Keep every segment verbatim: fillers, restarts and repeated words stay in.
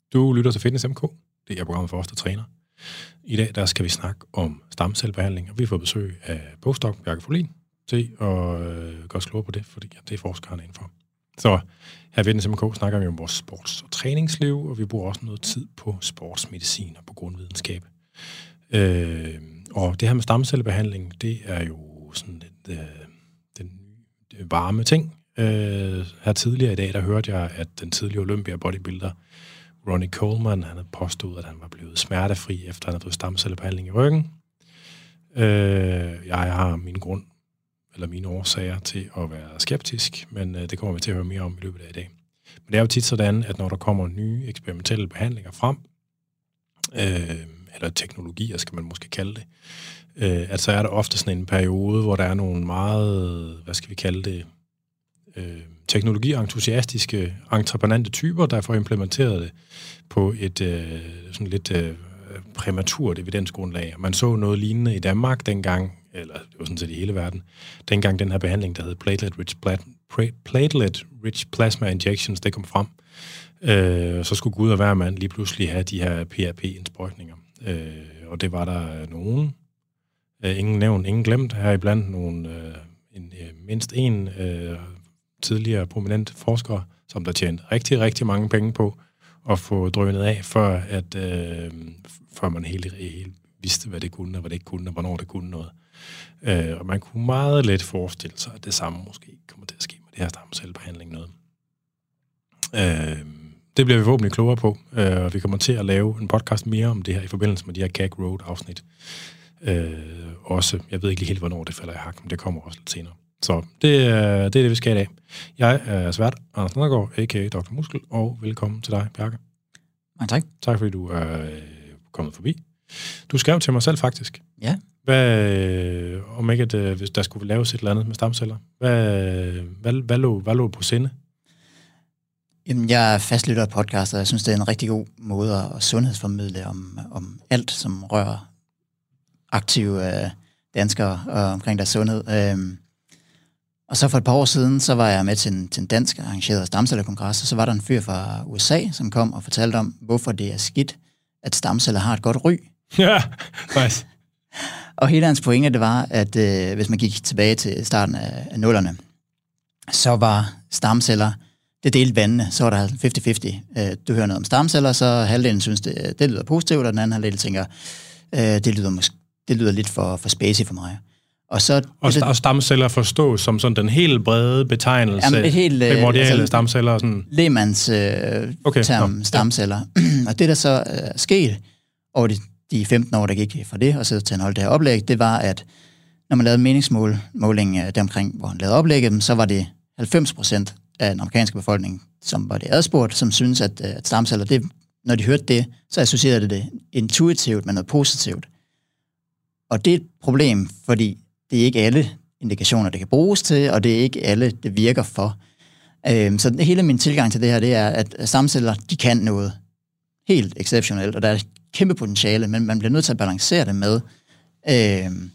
Du lytter til Fitness M K. Det er programmet for os, der træner. I dag der skal vi snakke om stamcellebehandling, og vi får besøg af postdoc Bjarke Folin til at øh, gøre os klogere på det, fordi ja, det er forskerne indenfor. Så her i Fitness M K snakker vi om vores sports- og træningsliv, og vi bruger også noget tid på sportsmedicin og på grundvidenskab. Øh, og det her med stamcellebehandling, det er jo sådan lidt, øh, den varme ting. Øh, her tidligere i dag, der hørte jeg, at den tidligere Olympia bodybuilder Ronnie Coleman, han havde påstået, at han var blevet smertefri, efter han havde fået stamcellebehandling i ryggen. Øh, jeg har min grund, eller mine årsager til at være skeptisk, men øh, det kommer vi til at høre mere om i løbet af i dag. Men det er jo tit sådan, at når der kommer nye eksperimentelle behandlinger frem, øh, eller teknologier, skal man måske kalde det, øh, at så er der ofte sådan en periode, hvor der er nogle meget, hvad skal vi kalde det, øh, teknologi-entusiastiske, entreprenante typer, der får implementeret det på et øh, sådan lidt øh, præmaturt evidensgrundlag. Man så noget lignende i Danmark dengang, eller det var sådan set i hele verden, dengang den her behandling, der hed platelet-rich platelet-rich plasma injections, det kom frem. Øh, så skulle Gud og hver mand lige pludselig have de her P R P-indsprøjtninger. Øh, og det var der nogen, øh, ingen nævnt, ingen glemt, her iblandt nogen, øh, en, øh, mindst en øh, tidligere prominent forskere, som der tjente rigtig, rigtig mange penge på at få drønet af, før, at, øh, før man helt, helt vidste, hvad det kunne, og hvad det ikke kunne, og hvornår det kunne noget. Øh, og man kunne meget let forestille sig, at det samme måske kommer til at ske med det her stamcellebehandling noget. Øh, det bliver vi forhåbentlig klogere på, øh, og vi kommer til at lave en podcast mere om det her i forbindelse med de her Gag Road-afsnit. Øh, også, jeg ved ikke lige helt, hvornår det falder i hak, men det kommer også lidt senere. Så det er, det er det, vi skal i dag. Jeg er svært Anders Nedergaard, a k a. doktor Muskel, og velkommen til dig, Bjarke. Mange tak. Tak, fordi du er kommet forbi. Du skrev til mig selv, faktisk. Ja. Hvad, om ikke, at hvis der skulle laves et eller andet med stamceller, hvad, hvad, hvad, lå, hvad lå på sinde? Jamen, jeg er fastlytter af podcast, og jeg synes, det er en rigtig god måde at sundhedsformidle om, om alt, som rører aktive øh, danskere og omkring deres sundhed. Øhm, Og så for et par år siden, så var jeg med til en, til en dansk arrangeret stamcellerkongres, og så var der en fyr fra U S A, som kom og fortalte om, hvorfor det er skidt, at stamceller har et godt ry. Ja, nice. Og hele hans pointe, det var, at øh, hvis man gik tilbage til starten af, af nullerne, så var stamceller, det delte vandene, så var der halvtreds halvtreds. Øh, du hører noget om stamceller, så halvdelen synes, det, det lyder positivt, og den anden halvdel tænker, øh, det, lyder måske, det lyder lidt for, for spacey for mig. Og, så, og, st- og stamceller forstås som sådan den helt brede betegnelse, jamen, et helt, primordiale altså, stamceller. Sådan. Lægmands øh, okay, term no, stamceller. Ja. Og det, der så er øh, sket over de, de femten år, der gik fra det, og så til han holdt det her oplæg, det var, at når man lavede meningsmåling øh, deromkring, hvor han lavede oplægget, så var det halvfems procent af den amerikanske befolkning, som var det adspurgt, som synes, at, at stamceller, det, når de hørte det, så associerede det det intuitivt med noget positivt. Og det er et problem, fordi det er ikke alle indikationer, det kan bruges til, og det er ikke alle, det virker for. Øhm, så hele min tilgang til det her, det er, at stamceller, de kan noget helt exceptionelt, og der er et kæmpe potentiale, men man bliver nødt til at balancere det med, øhm,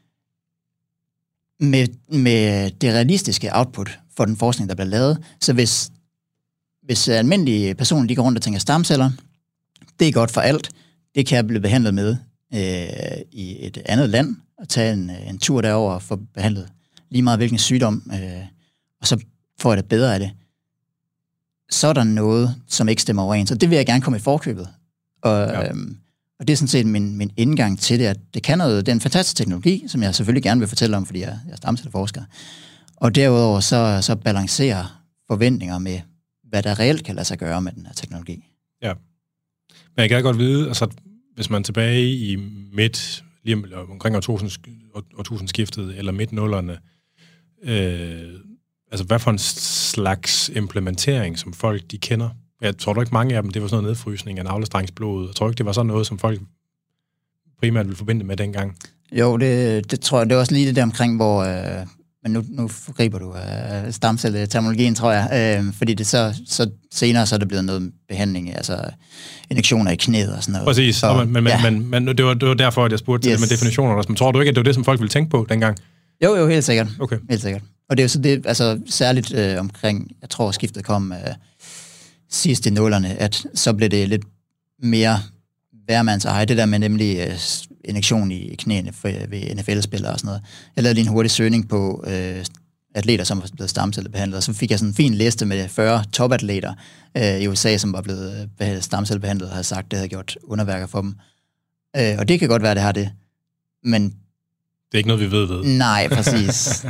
med, med det realistiske output for den forskning, der bliver lavet. Så hvis, hvis almindelige personer, de går rundt og tænker stamceller, det er godt for alt, det kan jeg blive behandlet med øh, i et andet land, og tage en, en tur derover og få behandlet lige meget hvilken sygdom, øh, og så får jeg det bedre af det. Så er der noget, som ikke stemmer overens, og det vil jeg gerne komme i forkøbet. Og, ja. øhm, og det er sådan set min, min indgang til det, at det kan noget, det er en fantastisk teknologi, som jeg selvfølgelig gerne vil fortælle om, fordi jeg, jeg er stamcelleforsker. Og derudover så, så balancerer forventninger med, hvad der reelt kan lade sig gøre med den her teknologi. Ja, men jeg kan godt vide, altså hvis man er tilbage i midt lige omkring årtusindskiftet, eller midt-nullerne, øh, altså hvad for en slags implementering, som folk de kender? Jeg tror du ikke mange af dem, det var sådan noget nedfrysning af navlestrengsblodet. Jeg tror ikke, det var sådan noget, som folk primært ville forbinde med dengang. Jo, det, det tror jeg, det var også lige det der omkring, hvor, øh, men nu, nu forgriber du øh, stamcelleterminologien, tror jeg, øh, fordi det så, så senere så er det blevet noget behandling, altså injektioner i knæet og sådan noget. Præcis, så, men, men, ja. men, men det, var, det var derfor, at jeg spurgte yes. til det med definitioner. Men tror du ikke, at det var det, som folk ville tænke på dengang? Jo, jo, helt sikkert. Okay. Helt sikkert. Og det er jo så det, altså særligt øh, omkring, jeg tror skiftet kom øh, sidst i nullerne, at så blev det lidt mere hvermands eje, det der med nemlig uh, injektion i knæene for, ved N F L-spillere og sådan noget. Jeg lavede lige en hurtig søgning på uh, atleter, som var blevet stamcellebehandlet, og så fik jeg sådan en fin liste med fyrre topatleter uh, i U S A, som var blevet stamcellebehandlet og havde sagt, at det havde gjort underværker for dem. Uh, og det kan godt være, det har det, men... Det er ikke noget, vi ved ved. Nej, præcis.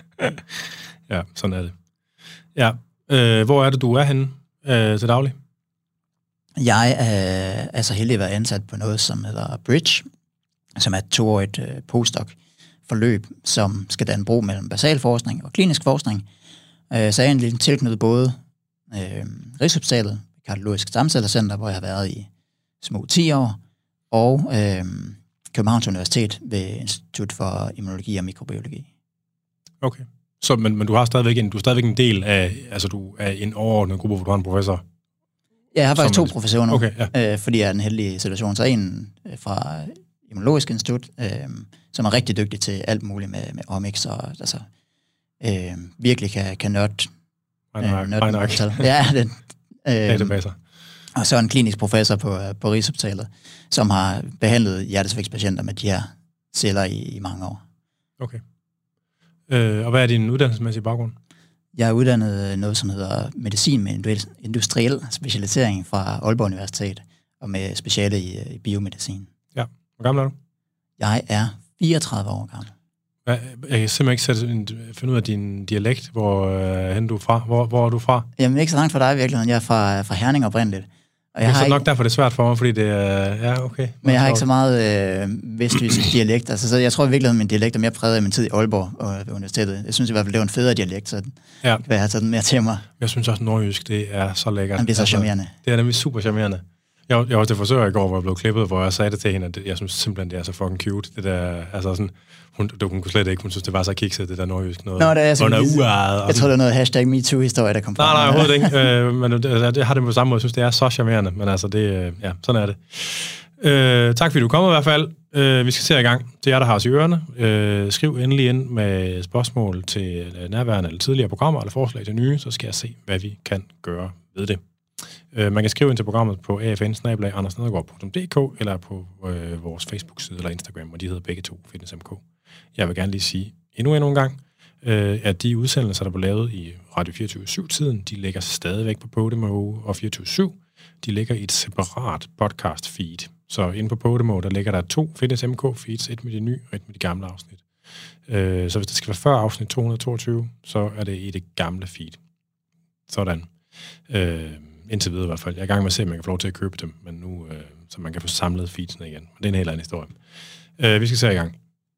Ja, sådan er det. Ja, øh, hvor er det, du er henne øh, til daglig? Jeg er, er så heldig at være ansat på noget, som hedder Bridge, som er et toårigt øh, postdoc-forløb, som skal danne bro mellem basalforskning og klinisk forskning. Øh, så jeg er egentlig tilknyttet både øh, Rigshospitalet, Kardiologisk Stamcellecenter, hvor jeg har været i små ti år, og øh, Københavns Universitet ved Institut for Immunologi og Mikrobiologi. Okay. Så, men, men du har stadigvæk en, du er stadigvæk en del af, altså du er en overordnet gruppe, hvor du har en professor? Ja, jeg har faktisk to professorer nu, okay, ja. øh, fordi jeg er en heldig situation. Så en fra Immunologisk Institut, øh, som er rigtig dygtig til alt muligt med, med omics, og altså, øh, virkelig kan, kan nørde. Regneark. Ja, det. Øh, Databaser. Og så en klinisk professor på, på Rigshospitalet, som har behandlet hjertesvigtspatienter med de her celler i, i mange år. Okay. Øh, og hvad er din uddannelsesmæssige baggrund? Jeg er uddannet noget, som hedder medicin med industriel specialisering fra Aalborg Universitet, og med speciale i, i biomedicin. Ja. Hvor gammel er du? Jeg er fireogtredive år gammel. Jeg kan simpelthen ikke sætte, finde ud af din dialekt, hvor øh, hen du er fra. Hvor, hvor er du fra? Jamen ikke så langt fra dig i virkeligheden. Jeg er fra, fra Herning oprindeligt. Og jeg det er så ikke... nok derfor, det er svært for mig, fordi det er... Ja, okay. Men jeg har ikke så meget øh, vestjysk dialekt. Altså, så jeg tror i virkeligheden, min dialekt er mere præget af min tid i Aalborg og ved universitetet. Jeg synes i hvert fald, det var en federe dialekt, så ja. Det kan være, jeg har taget den mere til mig. Jeg synes også, nordjysk, det er så lækkert. Jamen, det er så altså, charmerende. Det er nemlig super charmerende. Jeg, jeg var til forsøger i går, hvor jeg blev klippet, hvor jeg sagde det til hende, at jeg synes simpelthen, det er så fucking cute. Det der, altså sådan... Hun, hun kunne slet ikke, hun synes, det var så kikset, det der nordjysk noget. Nå, det er altså, er uejet. Jeg tror, det er noget hashtag MeToo-historie, der kom frem. Nej, nej, overhovedet ikke. øh, men det, altså, det har det på samme måde. Jeg synes, det er så charmerende. Men altså, det, ja, sådan er det. Øh, tak fordi du kom i hvert fald. Øh, vi skal se i gang. Til jer, der har os i ørerne. Øh, skriv endelig ind med spørgsmål til nærværende eller tidligere programmer, eller forslag til nye, så skal jeg se, hvad vi kan gøre ved det. Øh, man kan skrive ind til programmet på a f n bindestreg anders nedergaard punktum d k eller på øh, vores Facebook-side eller Instagram, og de hedder begge to Fitness M K. Jeg vil gerne lige sige endnu endnu en gang, øh, at de udsendelser, der blev lavet i Radio fireogtyve syv-tiden, de ligger stadigvæk på Podimo og fireogtyve syv. De ligger i et separat podcast-feed. Så inde på Podimo, der ligger der to Fitness M K-feeds, et med de nye og et med de gamle afsnit. Øh, så hvis det skal være før afsnit to hundrede og toogtyve, så er det i det gamle feed. Sådan. Øh, indtil videre i hvert fald. Jeg er i gang med at se, om man kan få lov til at købe dem, men nu, øh, så man kan få samlet feedsene igen. Men det er en helt anden historie. Øh, vi skal se i gang.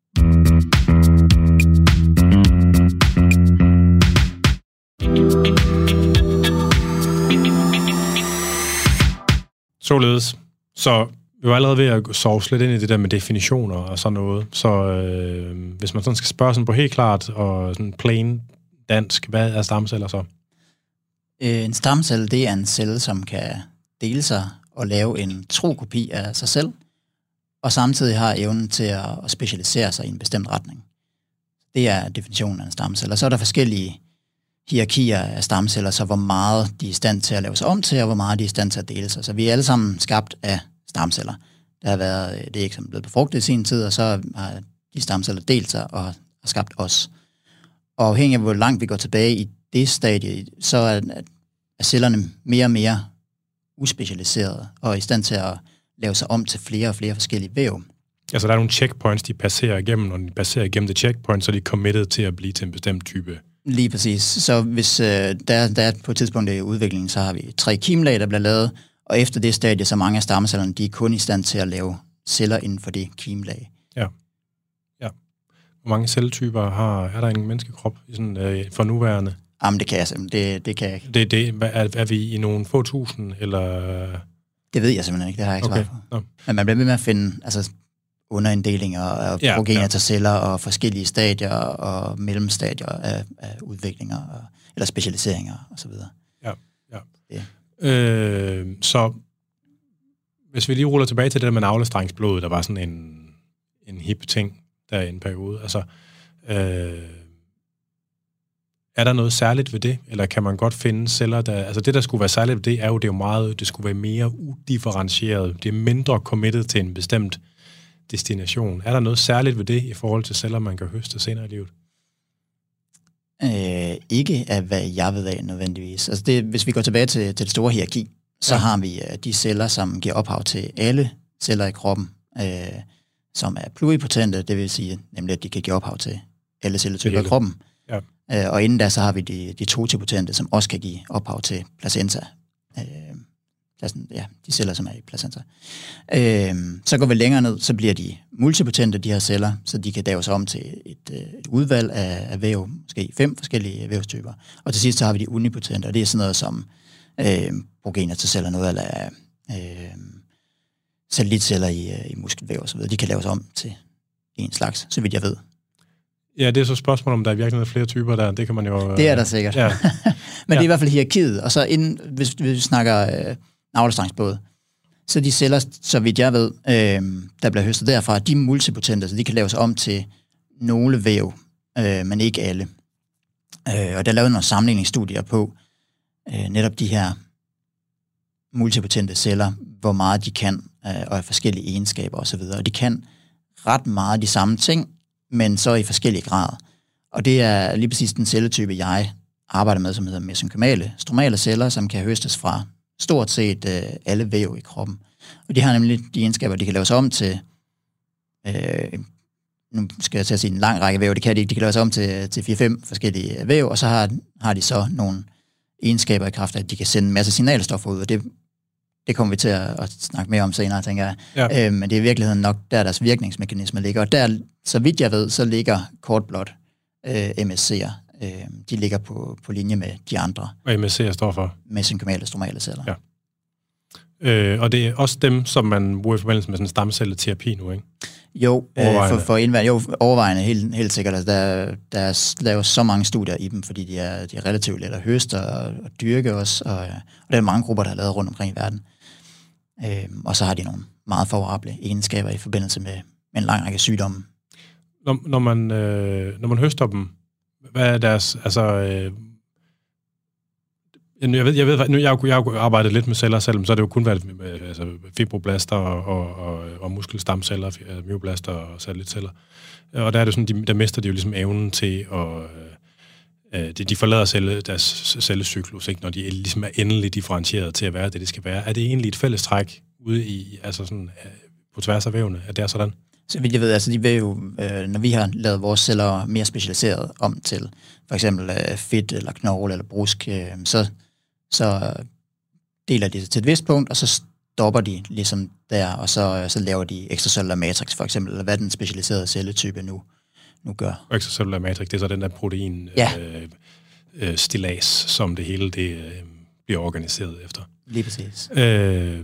Således. Så vi var allerede ved at sove slet ind i det der med definitioner og sådan noget. Så øh, hvis man sådan skal spørge sådan på helt klart og sådan plain dansk, hvad er stamceller så? En stamcelle, det er en celle, som kan dele sig og lave en tro kopi af sig selv, og samtidig har evnen til at specialisere sig i en bestemt retning. Det er definitionen af en stamcelle. Og så er der forskellige hierarkier af stamceller, så hvor meget de er i stand til at lave sig om til, og hvor meget de er i stand til at dele sig. Så vi er alle sammen skabt af stamceller. Der har været, det er ikke som blevet befrugtet i sin tid, og så har de stamceller delt sig og har skabt os. Og afhængig af, hvor langt vi går tilbage i det stadie, så er, er cellerne mere og mere uspecialiserede og i stand til at lave sig om til flere og flere forskellige væv. Altså der er nogle checkpoints, de passerer igennem, og de passerer igennem det checkpoint, så de er committed til at blive til en bestemt type. Lige præcis. Så hvis øh, der, der er på et tidspunkt i udviklingen, så har vi tre kimlag, der bliver lavet, og efter det stadie, så mange af stammecellerne, de er kun i stand til at lave celler inden for det kimlag. Ja. Ja. Hvor mange celletyper har, er der i en menneskekrop sådan, øh, for nuværende? Jamen, det kan jeg simpelthen. Det, det kan jeg ikke. Det, det, er, er vi i nogle få tusind, eller? Det ved jeg simpelthen ikke. Det har jeg ikke okay. svaret på. No. Men man bliver ved med at finde altså, underinddelinger og ja, progener ja. til celler og forskellige stadier og mellemstadier af, af udviklinger og, eller specialiseringer osv. Ja, ja. ja. Øh, så hvis vi lige ruller tilbage til det der med navlestrengsblodet, der var sådan en, en hip ting der i en periode. Altså, øh, Er der noget særligt ved det, eller kan man godt finde celler, der... Altså det, der skulle være særligt ved det, er jo, det er jo meget... Det skulle være mere udifferentieret. Det er mindre committed til en bestemt destination. Er der noget særligt ved det, i forhold til celler, man kan høste senere i livet? Øh, ikke af, hvad jeg ved af nødvendigvis. Altså det, hvis vi går tilbage til, til det store hierarki, så ja. har vi uh, de celler, som giver ophav til alle celler i kroppen, øh, som er pluripotente, det vil sige, nemlig at de kan give ophav til alle celletyper i kroppen. Ja. Øh, og inden da, så har vi de, de totipotente, som også kan give ophav til placenta. Øh, ja, de celler, som er i placenta. Øh, så går vi længere ned, så bliver de multipotente, de her celler, så de kan laves om til et, et udvalg af, af væv, måske fem forskellige vævstyper. Og til sidst så har vi de unipotente, og det er sådan noget som øh, progener til celler, noget af øh, satellitceller i, i muskelvæv og så videre. De kan laves om til en slags, så vidt jeg ved. Ja, det er så et spørgsmål, om der er virkelig flere typer der. Det kan man jo... Det er der sikkert. Ja. Men ja. Det er i hvert fald hierarkiet. Og så inden, hvis, hvis vi snakker øh, navlestrengsbåd, så de celler, så vidt jeg ved, øh, der bliver høstet derfra, de er multipotente, så de kan laves om til nogle væv, øh, men ikke alle. Øh, og der er lavet nogle sammenligningsstudier på øh, netop de her multipotente celler, hvor meget de kan, øh, og af forskellige egenskaber osv. Og de kan ret meget de samme ting, men så i forskellige grader. Og det er lige præcis den celletype, jeg arbejder med, som hedder mesenkymale stromale celler, som kan høstes fra stort set øh, alle væv i kroppen. Og de har nemlig de egenskaber, de kan laves om til, øh, nu skal jeg til at sige en lang række væv, det kan de ikke, de kan laves om til, til fire fem forskellige væv, og så har, har de så nogle egenskaber i kraft af, at de kan sende en masse signalstoffer ud, og det, det kommer vi til at, at snakke mere om senere, tænker jeg. Ja. Øh, men det er i virkeligheden nok, der deres virkningsmekanisme ligger, og der, så vidt jeg ved, så ligger kort blot øh, M S C'er, øh, de ligger på, på linje med de andre. Og M S C'er står for? Mesenkymale stromale celler. Ja. Øh, og det er også dem, som man bruger i forbindelse med sådan en stamcelleterapi nu, ikke? Jo, øh, for, for indværende, jo, overvejende, helt, helt sikkert. Altså, der, der laves så mange studier i dem, fordi de er, de er relativt let at høste og, og dyrke også, og, og der er mange grupper, der er lavet rundt omkring i verden. Øh, og så har de nogle meget favorable egenskaber i forbindelse med, med en lang række sygdomme. Når, når, man, øh, når man høster dem, hvad er deres, altså... Øh, jeg ved, jeg ved, nu jeg har jo arbejdet lidt med celler selv, så har det jo kun været altså, fibroblaster og, og, og, og muskelstamceller, myoblaster og satellitceller. Og der er det sådan, de, der mister de jo ligesom evnen til at... Øh, de, de forlader celle, deres cellecyklus, ikke, når de ligesom er endelig differentieret til at være det, det skal være. Er det egentlig et fælles træk ude i, altså sådan, på tværs af vævene, at det er sådan? Så vidt jeg ved, altså de vil jo, øh, når vi har lavet vores celler mere specialiseret om til for eksempel øh, fedt eller knogle eller brusk, øh, så så deler de det til et vist punkt, og så stopper de ligesom der, og så, så laver de ekstracellulær matrix for eksempel, eller hvad den specialiserede celletype nu, nu gør. Og ekstracellulær matrix, det er så den der protein ja. øh, øh, stillads, som det hele det, øh, bliver organiseret efter. Lige præcis. Øh,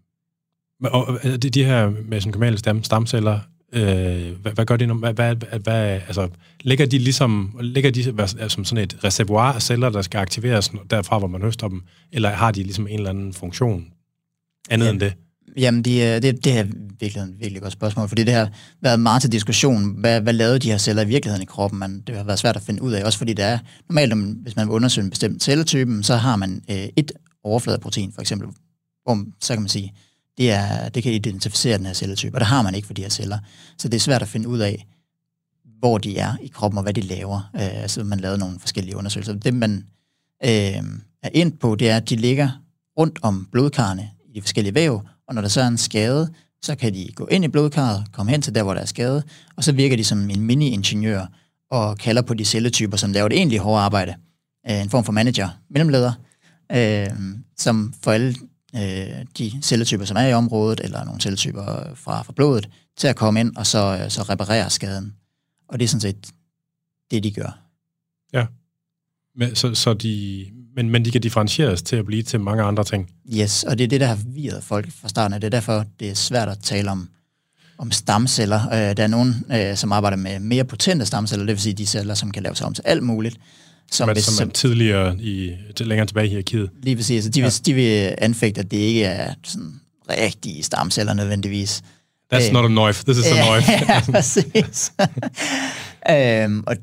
og de, de her mesenkymale stam, stamceller, Øh, hvad, hvad gør de nu? Hvad, hvad, hvad, altså, ligger de ligesom ligger de som sådan et reservoir af celler, der skal aktiveres derfra, hvor man høster dem, eller har de ligesom en eller anden funktion andet ja. end det? Jamen, det, det, det er virkelig et virkelig godt spørgsmål, fordi det har været meget til diskussion. Hvad, hvad lavede de her celler i virkeligheden i kroppen? Man, det har været svært at finde ud af, også fordi det er normalt, hvis man vil undersøge en bestemt celletype, så har man øh, et overfladeprotein, for eksempel, om, så kan man sige, Det, er, det kan identificere den her celletype, og det har man ikke for de her celler. Så det er svært at finde ud af, hvor de er i kroppen, og hvad de laver. Øh, så man lavede nogle forskellige undersøgelser. Det, man øh, er ind på, det er, at de ligger rundt om blodkarrene i de forskellige væv, og når der så er en skade, så kan de gå ind i blodkarret, komme hen til der, hvor der er skade, og så virker de som en mini-ingeniør, og kalder på de celletyper, som laver det egentlig hårde arbejde. Øh, en form for manager, mellemleder, øh, som for alle de celletyper, som er i området, eller nogle celletyper fra, fra blodet, til at komme ind og så, så reparere skaden. Og det er sådan set det, de gør. Ja. Men, så, så de, men, men de kan differentieres til at blive til mange andre ting? Yes, og det er det, der har forvirret folk fra starten af. Det er derfor, det er svært at tale om, om stamceller. Der er nogen, som arbejder med mere potente stamceller, det vil sige de celler, som kan laves om til alt muligt. Som, hvis, som er tidligere i, længere tilbage i hierarkiet. Lige præcis. De, ja. vil, de vil anfægte, at det ikke er sådan rigtige stamceller nødvendigvis. That's Æh, not a knife. This is a knife. Ja, præcis. øhm, og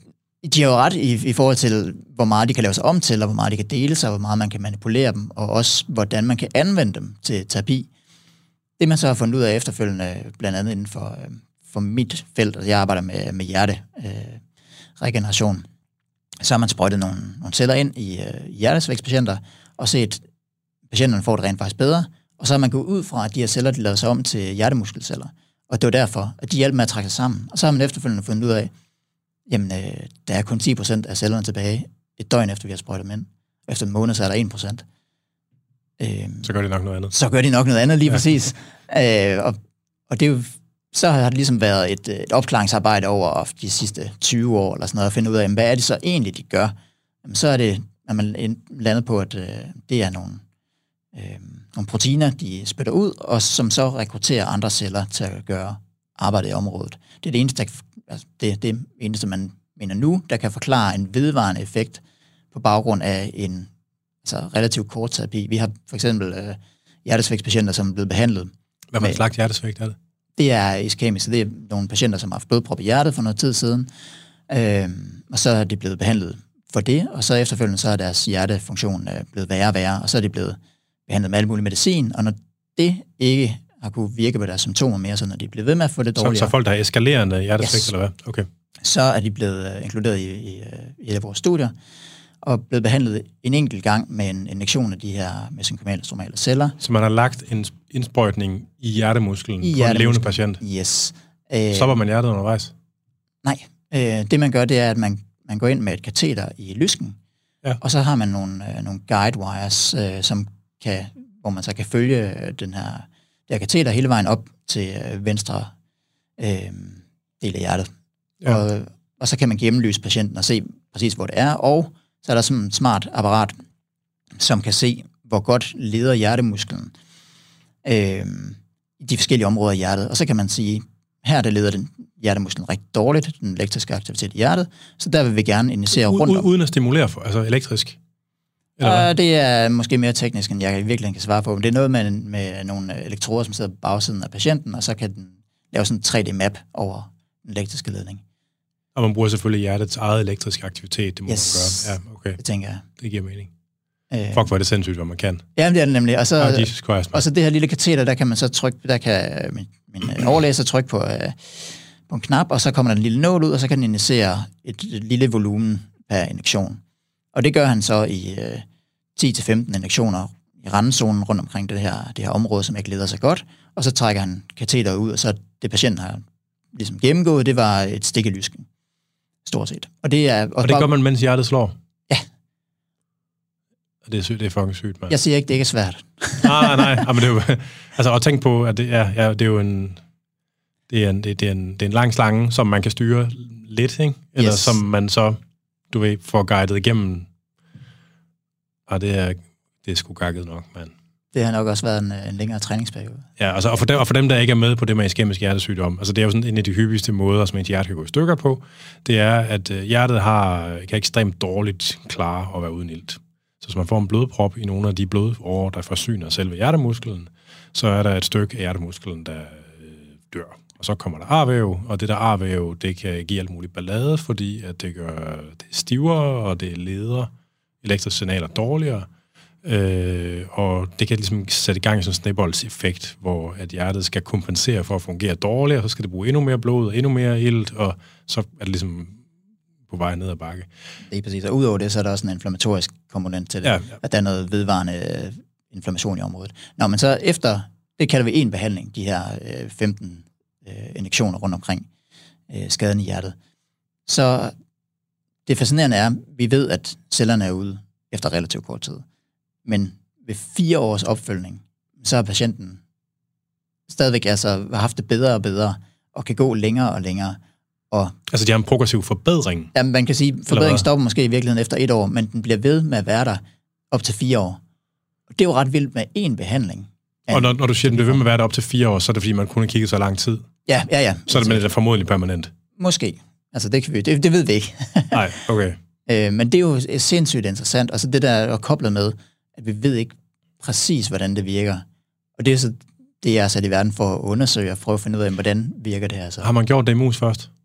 De har jo ret i, i forhold til, hvor meget de kan lave sig om til, og hvor meget de kan dele sig, og hvor meget man kan manipulere dem, og også hvordan man kan anvende dem til terapi. Det man så har fundet ud af efterfølgende, blandt andet inden for, for mit felt, og jeg arbejder med, med hjerteregeneration, øh, så har man sprøjtet nogle, nogle celler ind i øh, hjertesvækstpatienter, og set, at patienterne får det rent faktisk bedre, og så har man gået ud fra, at de her celler, de lavede sig om til hjertemuskelceller. Og det var derfor, at de hjalp med at trække sig sammen. Og så har man efterfølgende fundet ud af, jamen, øh, der er kun ti procent af cellerne tilbage et døgn efter, vi har sprøjtet dem ind. Efter en måned, så er der en procent. Øh, så gør de nok noget andet. Så gør de nok noget andet, lige ja. præcis. Øh, og, og det er jo, så har det ligesom været et, et opklaringsarbejde over de sidste tyve år, eller sådan noget, at finde ud af, jamen, hvad er det så egentlig, de gør? Jamen, så er det, når man lander på, at øh, det er nogle, øh, nogle proteiner, de spytter ud, og som så rekrutterer andre celler til at gøre arbejdet i området. Det er det eneste, der, altså, det, det eneste man mener nu, der kan forklare en vedvarende effekt på baggrund af en altså, relativt kort terapi. Vi har for eksempel øh, hjertesvækstpatienter, som er blevet behandlet. Hvad for en slags hjertesvægt er det? Det er iskemisk, så det er nogle patienter, som har haft blodprop i hjertet for noget tid siden, øh, og så er de blevet behandlet for det, og så efterfølgende så er deres hjertefunktion øh, blevet værre og værre, og så er de blevet behandlet med alle mulige medicin, og når det ikke har kunne virke på deres symptomer mere, så når de er blevet ved med at få det dårligere. Så, så folk, der er eskalerende hjertesvægt, yes. eller hvad? Okay. Så er de blevet uh, inkluderet i, i, i et af vores studier, og blevet behandlet en enkelt gang med en injektion af de her mesenchymale stromale celler. Så man har lagt en indsprøjtning i hjertemusklen I på hjertemusklen. En levende patient? Yes. Stopper man hjertet undervejs? Nej. Øh, det man gør, det er, at man, man går ind med et kateter i lysken, ja. og så har man nogle, øh, nogle guide wires, øh, som kan, hvor man så kan følge den her, det her kateter hele vejen op til øh, venstre øh, del af hjertet. Ja. Og, og så kan man gennemlyse patienten og se præcis, hvor det er, og så er der sådan et smart apparat, som kan se, hvor godt leder hjertemusklen øh, i de forskellige områder i hjertet. Og så kan man sige, her der leder den hjertemusklen rigtig dårligt, den elektriske aktivitet i hjertet, så der vil vi gerne injicere rundt om. Uden at stimulere for, altså elektrisk? Og det er måske mere teknisk, end jeg virkelig kan svare på, men det er noget med, med nogle elektroder, som sidder på bagsiden af patienten, og så kan den lave sådan en tre D-map over den elektriske ledning. Og man bruger selvfølgelig hjertets eget elektriske aktivitet, det må yes, man gøre. Ja, okay. Det tænker jeg. Det giver mening. Øh, Fuck, hvor er det sindssygt, hvad man kan. Ja, det er det nemlig. Og så, oh, Jesus Christ, og så det her lille kateter, der kan man så trykke, der kan min, min overlæser trykke på, øh, på en knap, og så kommer der en lille nål ud, og så kan den injicere et, et lille volumen per injektion. Og det gør han så i øh, ti til femten injektioner i randzonen rundt omkring det her, det her område, som ikke leder sig godt, og så trækker han kateteret ud, og så det patienten har ligesom gennemgået, det var et stik i lysken. Stort set. Og det, er, og og det bare, gør man, mens hjertet slår? Ja. Og det er sygt, det er fucking sygt, man. Jeg siger ikke, det ikke er svært. nej, nej, nej. Men det er jo, altså, og tænk på, at det er, ja, det er jo en, det er en, det, det er en, det er en lang slange, som man kan styre lidt, ikke? Eller yes. som man så, du ved, får guidet igennem. Og det er, det er sgu gakket nok, mand. Det har nok også været en, en længere træningsperiode. Ja, altså, og, for dem, og for dem, der ikke er med på det med iskemisk hjertesygdom, altså det er jo sådan en af de hyppigste måder, som et hjerte kan gå i stykker på, det er, at hjertet har, kan ekstremt dårligt klare at være uden ilt. Så hvis man får en blodprop i nogle af de blodårer, der forsyner selve hjertemusklen, så er der et stykke af hjertemusklen, der øh, dør. Og så kommer der arvæv, og det der arvæv, det kan give alt muligt ballade, fordi at det gør det stivere, og det leder elektriske signaler dårligere. Øh, og det kan ligesom sætte i gang i sådan en snibboldseffekt, hvor at hjertet skal kompensere for at fungere dårligere, så skal det bruge endnu mere blod, endnu mere ilt, og så er det ligesom på vej ned ad bakke. Det er præcis, og udover det, så er der også en inflammatorisk komponent til det, ja, ja. At der er noget vedvarende inflammation i området. Nå, men så efter, det kalder vi en behandling, de her øh, femten øh, injektioner rundt omkring øh, skaden i hjertet. Så det fascinerende er, at vi ved, at cellerne er ude efter relativt kort tid. Men ved fire års opfølgning, så har patienten stadigvæk altså haft det bedre og bedre, og kan gå længere og længere. Og altså de har en progressiv forbedring? Ja, man kan sige, at forbedringen stopper måske i virkeligheden efter et år, men den bliver ved med at være der op til fire år. Og det er jo ret vildt med én behandling. Og når, når du siger, at den bliver ved med at være der op til fire år, så er det fordi, man kun har kigget så lang tid? Ja, ja, ja. Så er det, men det er formodentlig permanent? Måske. Altså det, kan vi, det, det ved vi ikke. Nej, okay. øh, men det er jo sindssygt interessant, og så det der er koblet med, at vi ved ikke præcis, hvordan det virker. Og det er så det, jeg er sat i verden for at undersøge og prøve at finde ud af, hvordan virker det her så. Har man gjort det i mus først?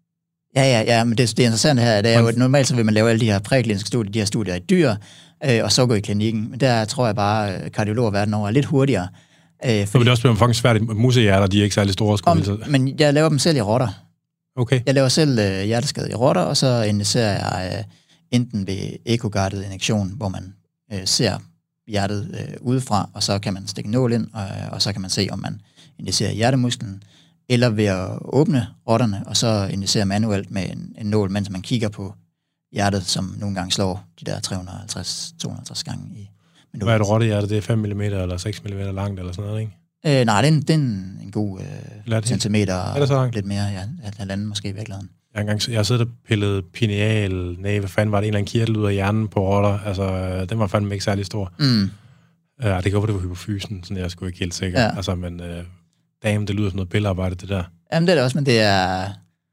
Ja, ja, ja, men det, det interessante her, det er jo, at normalt så vil man lave alle de her prækliniske studier, de her studier i dyr, øh, og så gå i klinikken. Men der tror jeg bare, at kardiologer verden over er lidt hurtigere. Øh, fordi, det er også blevet faktisk svært. Musehjerter, de er ikke særlig store. Om, men jeg laver dem selv i rotter. Okay. Jeg laver selv øh, hjerteskade i rotter, og så injicerer jeg øh, enten ved ekoguided injektion, hvor man øh, ser hjertet øh, udefra, og så kan man stikke en nål ind, og, og så kan man se, om man injicerer hjertemusklen, eller ved at åbne rotterne, og så injicere manuelt med en, en nål, mens man kigger på hjertet, som nogle gange slår de der tre hundrede og halvtreds til to hundrede og halvtreds gange i minuttet. Hvad er det rottehjerte? Det er fem millimeter eller seks millimeter langt, eller sådan noget, ikke? Øh, nej, det er en, det er en, en god øh, centimeter, og lidt mere, ja, halvanden måske i virkeligheden. Jeg har, engang, jeg har siddet og pillet pineal, nej, hvad fanden var det, en eller anden kirtel ud af hjernen på rotter, altså, den var fandme ikke særlig stor. Mm. Ja, det kan godt, det var hypofysen, sådan jeg skulle ikke helt sikker. Ja. Altså, men øh, damn, det lyder som noget billedarbejde, det der. Jamen, det er det også, men det er...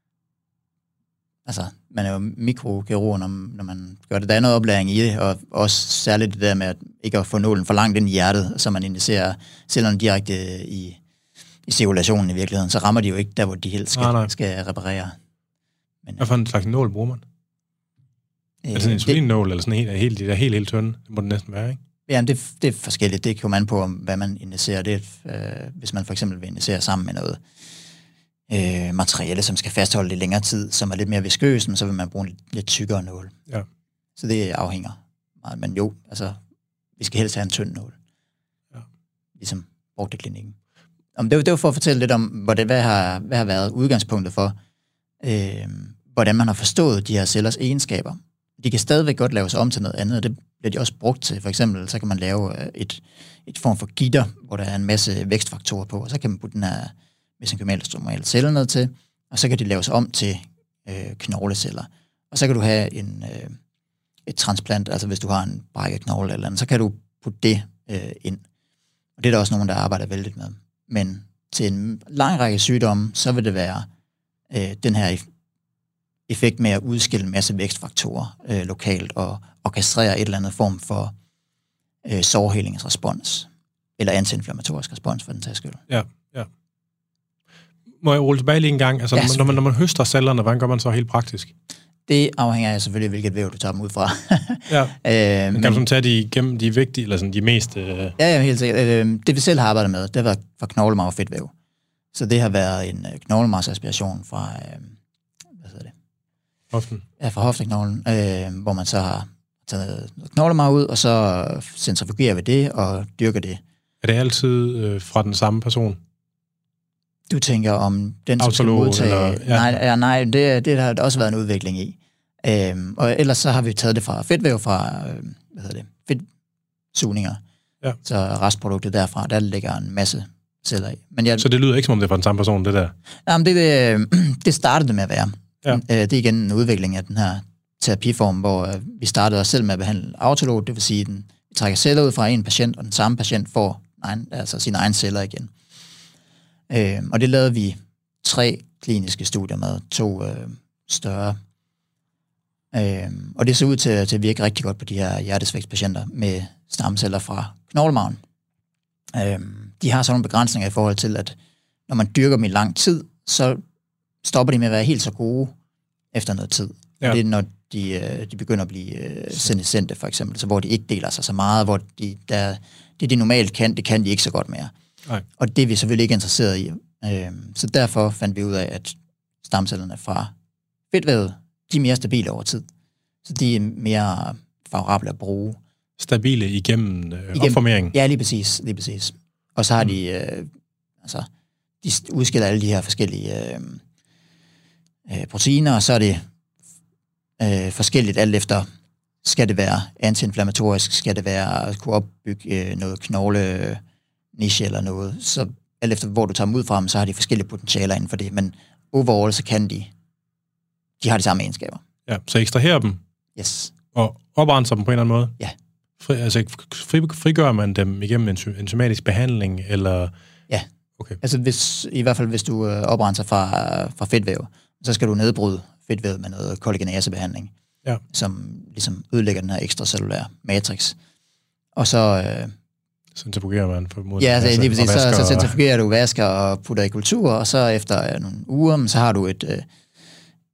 Altså, man er jo mikrokirurg, når, når man gør det. Der er noget oplæring i det, og også særligt det der med at ikke at få nålen for langt ind i hjertet, så man injicerer cellerne direkte i, i cirkulationen i virkeligheden. Så rammer de jo ikke der, hvor de helst skal, nej, nej. skal reparere. Men, hvad for en slags nål bruger man? Øh, er det sådan en insulinnål, eller sådan en helt, helt, helt, helt, helt tynde? Det må det næsten være, ikke? Jamen, det, det er forskelligt. Det kommer an på, hvad man injicerer. Det, øh, hvis man for eksempel vil injicere sammen med noget øh, materiale, som skal fastholde det i længere tid, som er lidt mere viskøst, men så vil man bruge en lidt, lidt tykkere nål. Ja. Så det afhænger meget. Men jo, altså, vi skal helst have en tynd nål. Ja. Ligesom brugt i klinikken. Om det, det var for at fortælle lidt om, hvordan, hvad, har, hvad har været udgangspunktet for, øh, hvordan man har forstået de her cellers egenskaber. De kan stadigvæk godt laves om til noget andet, og det bliver de også brugt til. For eksempel, så kan man lave et, et form for gitter, hvor der er en masse vækstfaktorer på, og så kan man putte den her mesenkymale stromale celler ned til, og så kan de laves om til øh, knogleceller. Og så kan du have en, øh, et transplant, altså hvis du har en brækket knogle eller andet, så kan du putte det øh, ind. Og det er der også nogen, der arbejder vældig med. Men til en lang række sygdomme, så vil det være øh, den her effekt med at udskille en masse vækstfaktorer øh, lokalt og orkestrere et eller andet form for øh, sårhelingsrespons, eller antiinflammatorisk respons for den sags skyld. Ja, ja. Må jeg rulle tilbage lige en gang? Altså, ja, når, man, når man høster cellerne, hvordan gør man så helt praktisk? Det afhænger af selvfølgelig, hvilket væv du tager dem ud fra. Ja. øh, men kan du sådan tage de, gennem de vigtige, eller sådan de mest... Øh... Ja, ja, helt sikkert. Øh, det vi selv har arbejdet med, det har været fra knoglemarv og fedtvæv. Så det har været en øh, knoglemarvsaspiration fra... Øh, hvad hedder det? Hoften? Ja, fra hofteknoglen, øh, hvor man så har taget knoglemarv ud, og så centrifugerer vi det og dyrker det. Er det altid øh, fra den samme person? Du tænker om den, som skal modtage... Eller, ja. Nej, ja, nej det, det har der også været en udvikling i. Øhm, og ellers så har vi taget det fra fedtvæv, fra øh, hvad hedder det, fedtsugninger. Ja. Så restproduktet derfra, der ligger en masse celler i. Men jeg, så det lyder ikke, som om det er fra den samme person, det der? Jamen, det, det, det startede med at være. Ja. Øh, det er igen en udvikling af den her terapiform, hvor øh, vi startede os selv med at behandle autolog, det vil sige, at den, vi trækker celler ud fra en patient, og den samme patient får egen, altså sine egne celler igen. Øh, og det lavede vi tre kliniske studier med, to øh, større. Øh, og det ser ud til, til at virke rigtig godt på de her hjertesvækstpatienter med stamceller fra knoglemarven. Øh, de har sådan nogle begrænsninger i forhold til, at når man dyrker dem i lang tid, så stopper de med at være helt så gode efter noget tid. Ja. Det er, når de, de begynder at blive øh, senescente, for eksempel, så hvor de ikke deler sig så meget, hvor de, der, det de normalt kan, det kan de ikke så godt mere. Nej. Og det er vi selvfølgelig ikke interesseret i. Øh, så derfor fandt vi ud af, at stamcellerne fra fedtvævet, de er mere stabile over tid. Så de er mere favorable at bruge. Stabile igennem, øh, igennem opformeringen? Ja, lige præcis, lige præcis. Og så har mm. de, øh, altså, de udskiller alle de her forskellige øh, øh, proteiner, og så er det øh, forskelligt alt efter, skal det være antiinflammatorisk, skal det være at kunne opbygge øh, noget knogle niche eller noget, så alt efter hvor du tager dem ud fra dem, så har de forskellige potentialer inden for det, men overall så kan de, de har de samme egenskaber. Ja, så ekstraherer dem? Yes. Og oprenser dem på en eller anden måde? Ja. Fri, altså fri, frigør man dem igennem en enzymatisk behandling, eller? Ja. Okay. Altså hvis, i hvert fald hvis du øh, oprenser fra, fra fedtvæv, så skal du nedbryde fedtvævet med noget kollagenasebehandling, ja. Som ligesom ødelægger den her ekstracellulære matrix. Og så øh, centrifugerer man for mod. Ja, altså, lige præcis. Så, så centrifugerer du, vasker og putter i kultur, og så efter øh, nogle uger, så har du et, øh,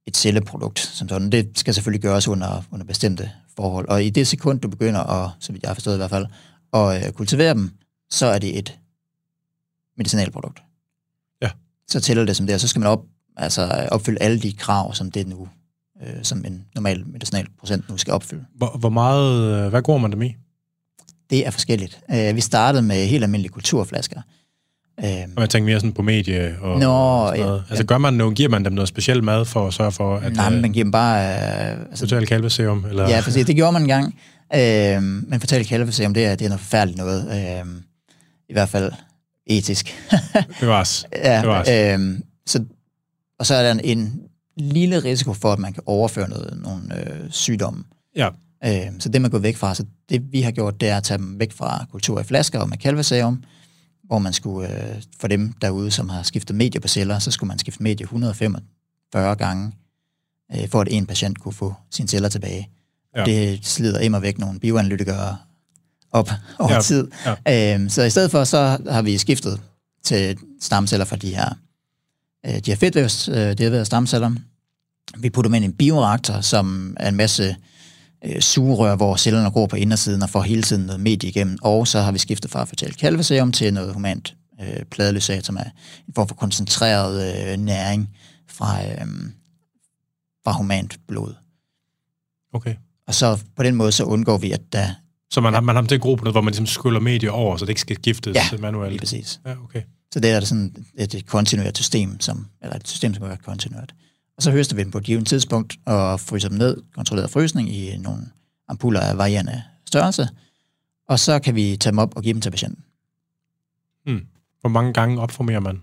et celleprodukt som sådan. Det skal selvfølgelig gøres under, under bestemte forhold. Og i det sekund, du begynder at, så vidt jeg har forstået i hvert fald, at kultivere dem, så er det et medicinalprodukt. Ja. Så tæller det som det, og så skal man op, altså opfylde alle de krav, som det nu, øh, som en normal medicinalprocent nu skal opfylde. Hvor, hvor meget, hvad går man dem i? Det er forskelligt. Øh, vi startede med helt almindelige kulturflasker. Øh, og jeg tænker mere sådan på medie og, Nå, og sådan noget. Ja, altså gør man noget, giver man dem noget specielt mad for at sørge for, at... Nej, men man giver dem bare... Øh, altså, Fortæl kalveserum, eller... Ja, præcis. Det gjorde man engang. Øh, men fortæl kalveserum, det er, det er noget forfærdeligt noget. Øh, I hvert fald etisk. Det var os. Ja, det var os. Øh, så, og så er der en, en lille risiko for, at man kan overføre noget, nogle øh, sygdomme. Ja. Øh, så det man går væk fra. Så det vi har gjort, det er at tage dem væk fra kultur i flasker og med kalveserum, hvor man skulle, øh, for dem derude, som har skiftet medie på celler, så skulle man skifte medie et hundrede og femogfyrre gange, øh, for at en patient kunne få sine celler tilbage. Ja. Det slider immer væk nogle bioanalytikere op over ja. tid. Ja. Øh, så i stedet for, så har vi skiftet til stamceller fra de her, øh, de her fedtvævs, øh, deriverede stamceller. Vi putter dem ind i en bioreaktor, som er en masse øh, sugerør, hvor cellerne går på indersiden og får hele tiden noget medie igennem. Og så har vi skiftet fra fetal kalveserum til noget humant øh, pladelysat, som er en form for koncentreret øh, næring fra, øh, fra humant blod. Okay. Og så på den måde, så undgår vi, at der... Så man har, man har til en gruppe, hvor man ligesom skyller medie over, så det ikke skal skiftes ja, manuelt? Ja, præcis. Ja, okay. Så det er sådan et, et kontinuert system, som, eller et system, som kan være kontinuert. Og så høster vi dem på et givet tidspunkt og fryser dem ned, kontrolleret frysning i nogle ampuller af varierende størrelse, og så kan vi tage dem op og give dem til patienten. Hmm. Hvor mange gange opformerer man?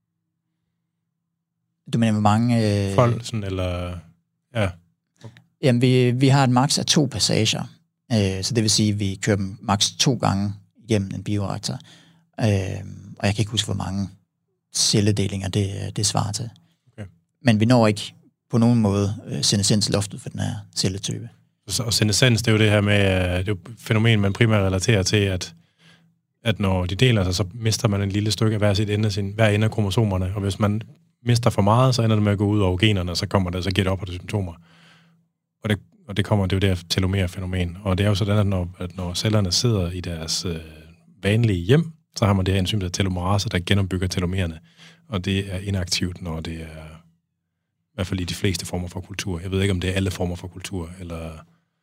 Du mener, hvor mange... Øh... Fold, sådan, eller... Ja. Okay. Jamen, vi, vi har et maks af to passager, øh, så det vil sige, at vi kører dem maks to gange igennem en bioreaktor. Øh, og jeg kan ikke huske, hvor mange celledelinger det, det svarer til. Men vi når ikke på nogen måde uh, senescensloftet for den her celletype. Og senescens, det er jo det her med, det er jo et fænomen, man primært relaterer til, at, at når de deler sig, så mister man en lille stykke af hver, sit ende, sin, hver ende af kromosomerne, og hvis man mister for meget, så ender det med at gå ud over generne, og så kommer det, så giver det op på de symptomer. Og det, og det kommer, det er jo det her telomer-fænomen. Og det er jo sådan, at når, at når cellerne sidder i deres øh, vanlige hjem, så har man det her enzym, der telomerase, der genopbygger telomererne. Og det er inaktivt, når det er i hvert fald i de fleste former for kultur. Jeg ved ikke, om det er alle former for kultur, eller...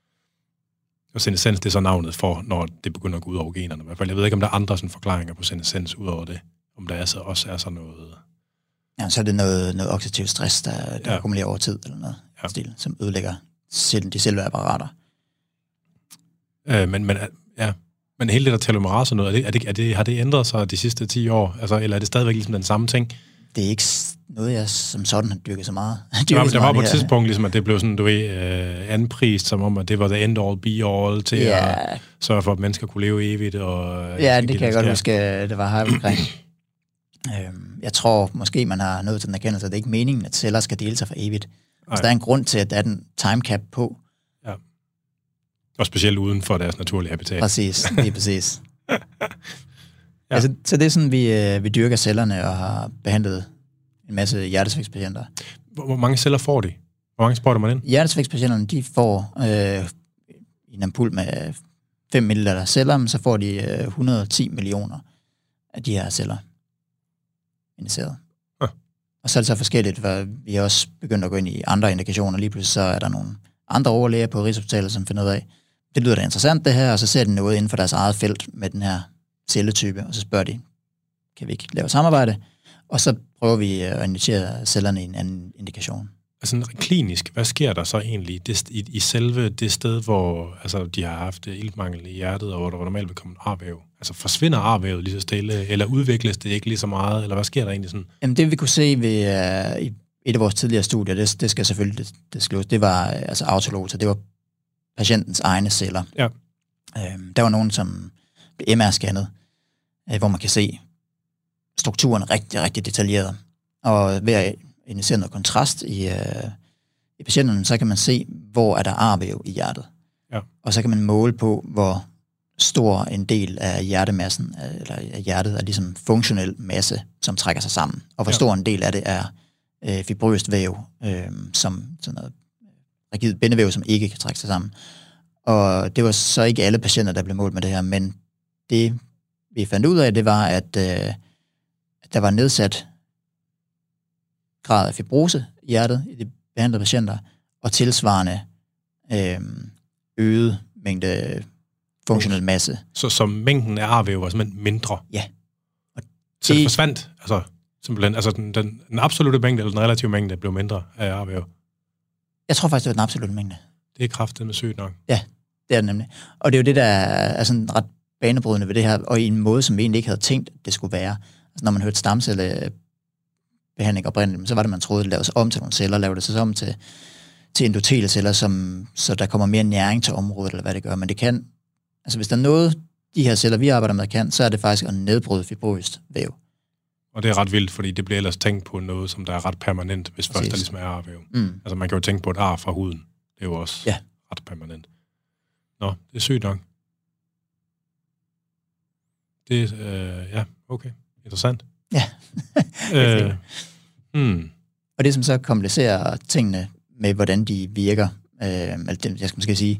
Og senescens, det er så navnet for, når det begynder at gå ud over generne. I hvert fald, jeg ved ikke, om der er andre sådan forklaringer på senescens ud over det. Om der er så, også er sådan noget... Ja, så er det noget, noget oxidativ stress, der, der ja. akkumulerer over tid, eller noget ja. stil, som ødelægger selv, de celleapparater. Øh, men, men, ja. men hele det der telomerase noget, er det, er det, er det, har det ændret sig de sidste ti år? Altså, eller er det stadigvæk ligesom den samme ting? Det er ikke noget, jeg som sådan har dyrket så meget. Dyrket ja, der var på et tidspunkt, ligesom, at det blev sådan, du ved, øh, anprist, som om, at det var the end all, be all, til ja. at sørge for, at mennesker kunne leve evigt. Og, ja, det kan jeg godt huske, det var her omkring. øhm, jeg tror måske, man har nået til den erkendelse, at det er ikke meningen, at celler skal dele sig for evigt. Så der er en grund til, at der er den time cap på. Ja. Og specielt uden for deres naturlige habitat. Præcis, lige præcis. Ja. Altså, så det er sådan, vi, øh, vi dyrker cellerne og har behandlet en masse hjertesvigtspatienter. Hvor, hvor mange celler får de? Hvor mange sprøjter man ind? Hjertesvigtspatienterne, de får øh, en ampul med fem milliliter celler, men så får de øh, et hundrede og ti millioner af de her celler injiceret. Ja. Og så er det så forskelligt, for vi har også begyndt at gå ind i andre indikationer. Lige pludselig så er der nogle andre overlæger på Rigshospitalet, som finder ud af, det lyder da interessant det her, og så ser de noget inden for deres eget felt med den her celletype, og så spørger de, kan vi ikke lave samarbejde? Og så prøver vi at injicere cellerne i en anden indikation. Altså klinisk, hvad sker der så egentlig det, i, i selve det sted, hvor altså, de har haft iltmangel i hjertet, og hvor der normalt vil komme en arvæv? Altså forsvinder arvævet lige så stille, eller udvikles det ikke lige så meget, eller hvad sker der egentlig sådan? Jamen det vi kunne se ved, uh, i et af vores tidligere studier, det, det skal selvfølgelig det, det, skal, det var altså autolog, så det var patientens egne celler. Ja. Øhm, der var nogen, som blev M R-scannet, øh, hvor man kan se strukturen rigtig, rigtig detaljeret. Og ved at injicere noget kontrast i, øh, i patienterne, så kan man se, hvor er der arvæv i hjertet. Ja. Og så kan man måle på, hvor stor en del af hjertemassen, eller af hjertet, er ligesom funktionel masse, som trækker sig sammen. Og hvor ja. stor en del af det er øh, fibrøst væv, øh, som sådan noget rigid bindevæv, som ikke kan trække sig sammen. Og det var så ikke alle patienter, der blev målt med det her, men det, vi fandt ud af, det var, at, øh, at der var nedsat grad af fibrose i hjertet i de behandlede patienter, og tilsvarende øh, øget mængde funktionel masse. Så, så mængden af arvæv var simpelthen mindre? Ja. Og så det forsvandt, altså simpelthen, altså den, den, den absolute mængde, eller den relative mængde, blev mindre af arvæv? Jeg tror faktisk, det var den absolute mængde. Det er kraftedeme sygt nok. Ja, det er det nemlig. Og det er jo det, der er sådan ret banebrydende ved det her, og i en måde, som vi egentlig ikke havde tænkt, det skulle være. Altså, når man hørte stamcellebehandling oprindeligt, så var det, man troede, det lavede sig om til nogle celler, lavede det sig om til, til endotelceller, som, så der kommer mere næring til området, eller hvad det gør. Men det kan, altså hvis der er noget, de her celler, vi arbejder med, kan, så er det faktisk at nedbryde fibrøst væv. Og det er ret vildt, fordi det bliver ellers tænkt på noget, som der er ret permanent, hvis Præcis. først der ligesom er arvæv. Mm. Altså man kan jo tænke på et ar fra huden. Det er jo også ja. ret permanent. Nå, det er sygt nok. Det er, øh, ja, okay. Interessant. Ja. øh, hmm. Og det, som så komplicerer tingene med, hvordan de virker, øh, eller det, jeg skal måske sige,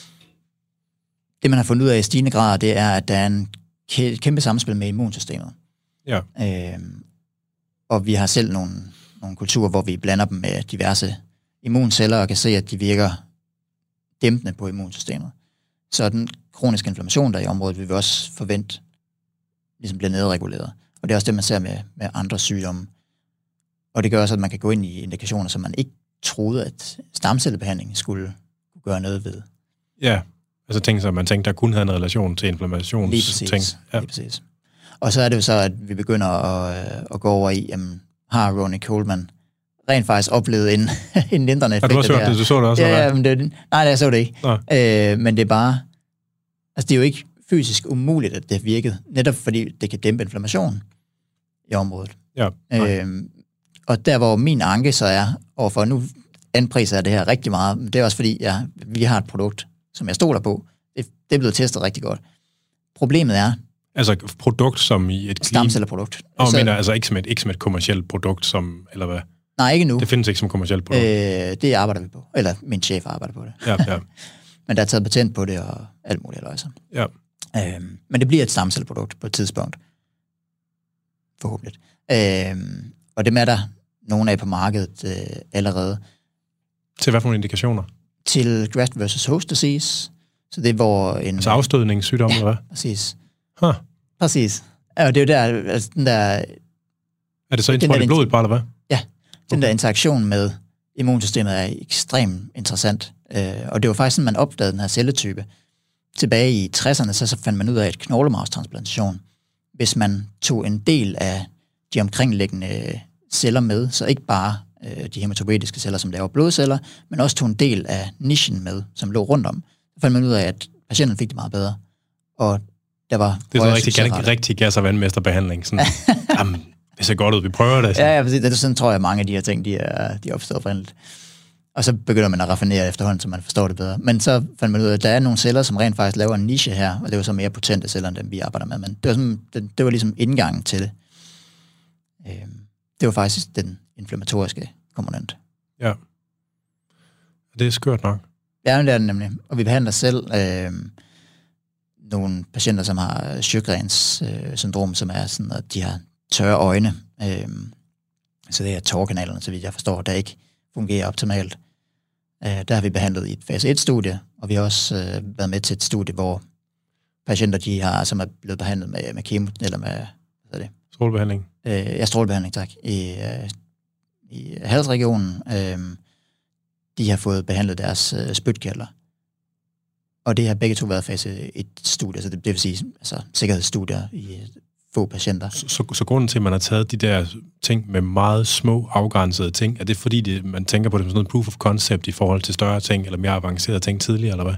det man har fundet ud af i stigende grad, det er, at der er en kæmpe samspil med immunsystemet. Ja. Øh, og vi har selv nogle, nogle kulturer, hvor vi blander dem med diverse immunceller, og kan se, at de virker dæmpende på immunsystemet. Så den kroniske inflammation, der er i området, vil vi også forvente, ligesom bliver nedreguleret. Og det er også det, man ser med, med andre sygdomme. Og det gør også, at man kan gå ind i indikationer, som man ikke troede, at stamcellebehandling skulle gøre noget ved. Ja, altså ting, som man tænkte, der kun havde en relation til inflammations Lige præcis. ting. Ja. Lige præcis. Og så er det jo så, at vi begynder at, at gå over i, jamen, har Ronnie Coleman rent faktisk oplevet en, en lindrende effekt. Har du også hørt det? Du så det også? Ja, ja, men det, nej, jeg så det ikke. Øh, men det er bare, altså det er jo ikke fysisk umuligt, at det har virket, netop fordi det kan dæmpe inflammation i området. Ja. Øh, og der, hvor min anke så er, overfor nu anpriser jeg det her rigtig meget, men det er også fordi, jeg, vi har et produkt, som jeg stoler på. Det, det er blevet testet rigtig godt. Problemet er, altså produkt som i et stamcelleprodukt. Og altså, mener altså ikke som et ikke som et kommercielt produkt som eller hvad? Nej, ikke nu. Det findes ikke som kommercielt produkt. Øh, det arbejder vi på. Eller min chef arbejder på det. Ja, ja. Men der er taget patent på det og alt muligt løjser. Ja. Øhm, men det bliver et stamcelleprodukt på et tidspunkt. Forhåbentlig. Øhm, og det er der nogle af på markedet øh, allerede. Til hvad for nogle indikationer? Til graft versus host disease. Så det er hvor en... Altså afstødningssygdom, ja, eller hvad? præcis. Huh. Præcis. Ja, og det er jo der, altså den der... Er det så indsprøjt i blodet bare, eller hvad? Ja, den der interaktion med immunsystemet er ekstremt interessant. Øh, og det var faktisk sådan, man opdagede den her celletype. Tilbage i tresserne, så, så fandt man ud af et knoglemarvstransplantation. Hvis man tog en del af de omkringliggende celler med, så ikke bare øh, de hematopoietiske celler, som laver blodceller, men også tog en del af nichen med, som lå rundt om. Så fandt man ud af, at patienten fik det meget bedre. Og der var... Det er sådan rigtig, rigtig, rigtig gas- og vandmesterbehandling. Sådan, jamen, det ser godt ud, vi prøver det. Sådan. Ja, ja, præcis. Det er sådan, tror jeg, mange af de her ting, de er, de er opstået oprindeligt. Og så begynder man at raffinere efterhånden, så man forstår det bedre. Men så fandt man ud af, at der er nogle celler, som rent faktisk laver en niche her, og det var så mere potente celler, end dem vi arbejder med. Men det var, sådan, det, det var ligesom indgangen til det. Øhm, det var faktisk den inflammatoriske komponent. Ja. Det er skørt nok. Ja, det er det nemlig. Og vi behandler selv øh, nogle patienter, som har Sjøgrens øh, syndrom, som er sådan, at de har tørre øjne. Øh, så det er tårerkanalerne, så vidt jeg forstår, der ikke fungerer optimalt. Øh, der har vi behandlet i et fase et-studie, og vi har også øh, været med til et studie, hvor patienter, de har, som er blevet behandlet med, med kemo, eller med, hvad er det? Strålebehandling. Øh, ja, strålebehandling, tak. I, øh, i halsregionen. Øh, de har fået behandlet deres øh, spytkirtler. Og det har begge to været fase et-studie, så det, det vil sige altså, sikkerhedsstudier i få patienter. Så, så, så grunden til, at man har taget de der ting med meget små, afgrænsede ting, er det fordi, det, man tænker på det som sådan noget proof of concept i forhold til større ting, eller mere avancerede ting tidligere, eller hvad?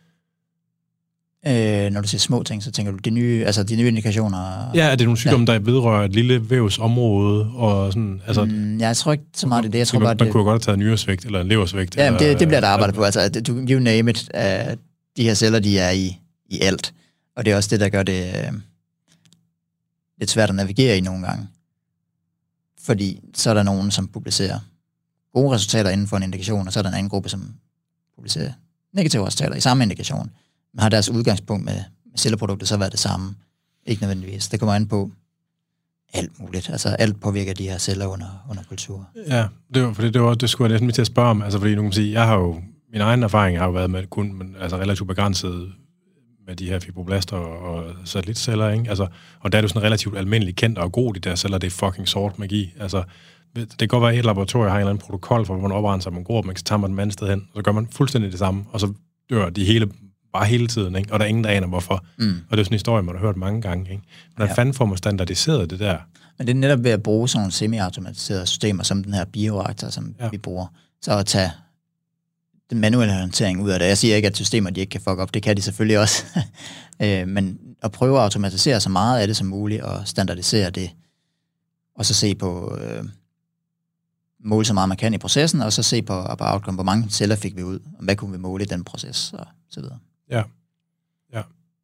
Øh, når du siger små ting, så tænker du de nye, altså de nye indikationer? Ja, er det nogle sygdomme, ja. der vedrører et lille vævsområde, og sådan, altså... Mm, jeg tror ikke så meget det, det. Jeg tror man, bare, man det... kunne godt have taget nyresvigt, eller en leversvigt. Ja, eller, det, det bliver der arbejdet på, altså du, you name it. Uh, de her celler, de er i, i alt. Og det er også det, der gør det uh, lidt svært at navigere i nogle gange. fordi så er der nogen, som publicerer gode resultater inden for en indikation, og så er der en anden gruppe, som publicerer negative resultater i samme indikation. Men har deres udgangspunkt med, med celleproduktet så været det samme? Ikke nødvendigvis. Det kommer an på alt muligt. Altså alt påvirker de her celler under, under kultur. Ja, det var, fordi det, var, det skulle jeg næsten til at spørge om. Altså fordi nu kan man sige, jeg har jo, min egen erfaring har jo været med kun men, altså relativt begrænset med de her fibroblaster og, og satellitceller, ikke? Altså, og der er det jo sådan relativt almindeligt kendt og god, de der celler, det er fucking sort magi. Altså, det kan godt være, at et laboratorium har en eller anden protokol for, hvor man oprenser, man går op, man kan tage dem andet sted hen, og så gør man fuldstændig det samme, og så dør de hele, bare hele tiden, ikke? Og der er ingen, der aner hvorfor. Mm. Og det er sådan en historie, man har hørt mange gange, ikke? Men hvordan ja. fanden får man standardiseret det der? Men det er netop ved at bruge sådan nogle semi-automatiserede systemer, som den her bioreaktor, som ja. vi bruger, så at tage den manuelle håndtering ud af det. Jeg siger ikke, at systemer, de ikke kan fuck op, det kan de selvfølgelig også. Men at prøve at automatisere så meget af det som muligt, og standardisere det, og så se på, øh, måle så meget man kan i processen, og så se på, på outcome, hvor mange celler fik vi ud, og hvad kunne vi måle i den proces, og så videre. Ja. Ja.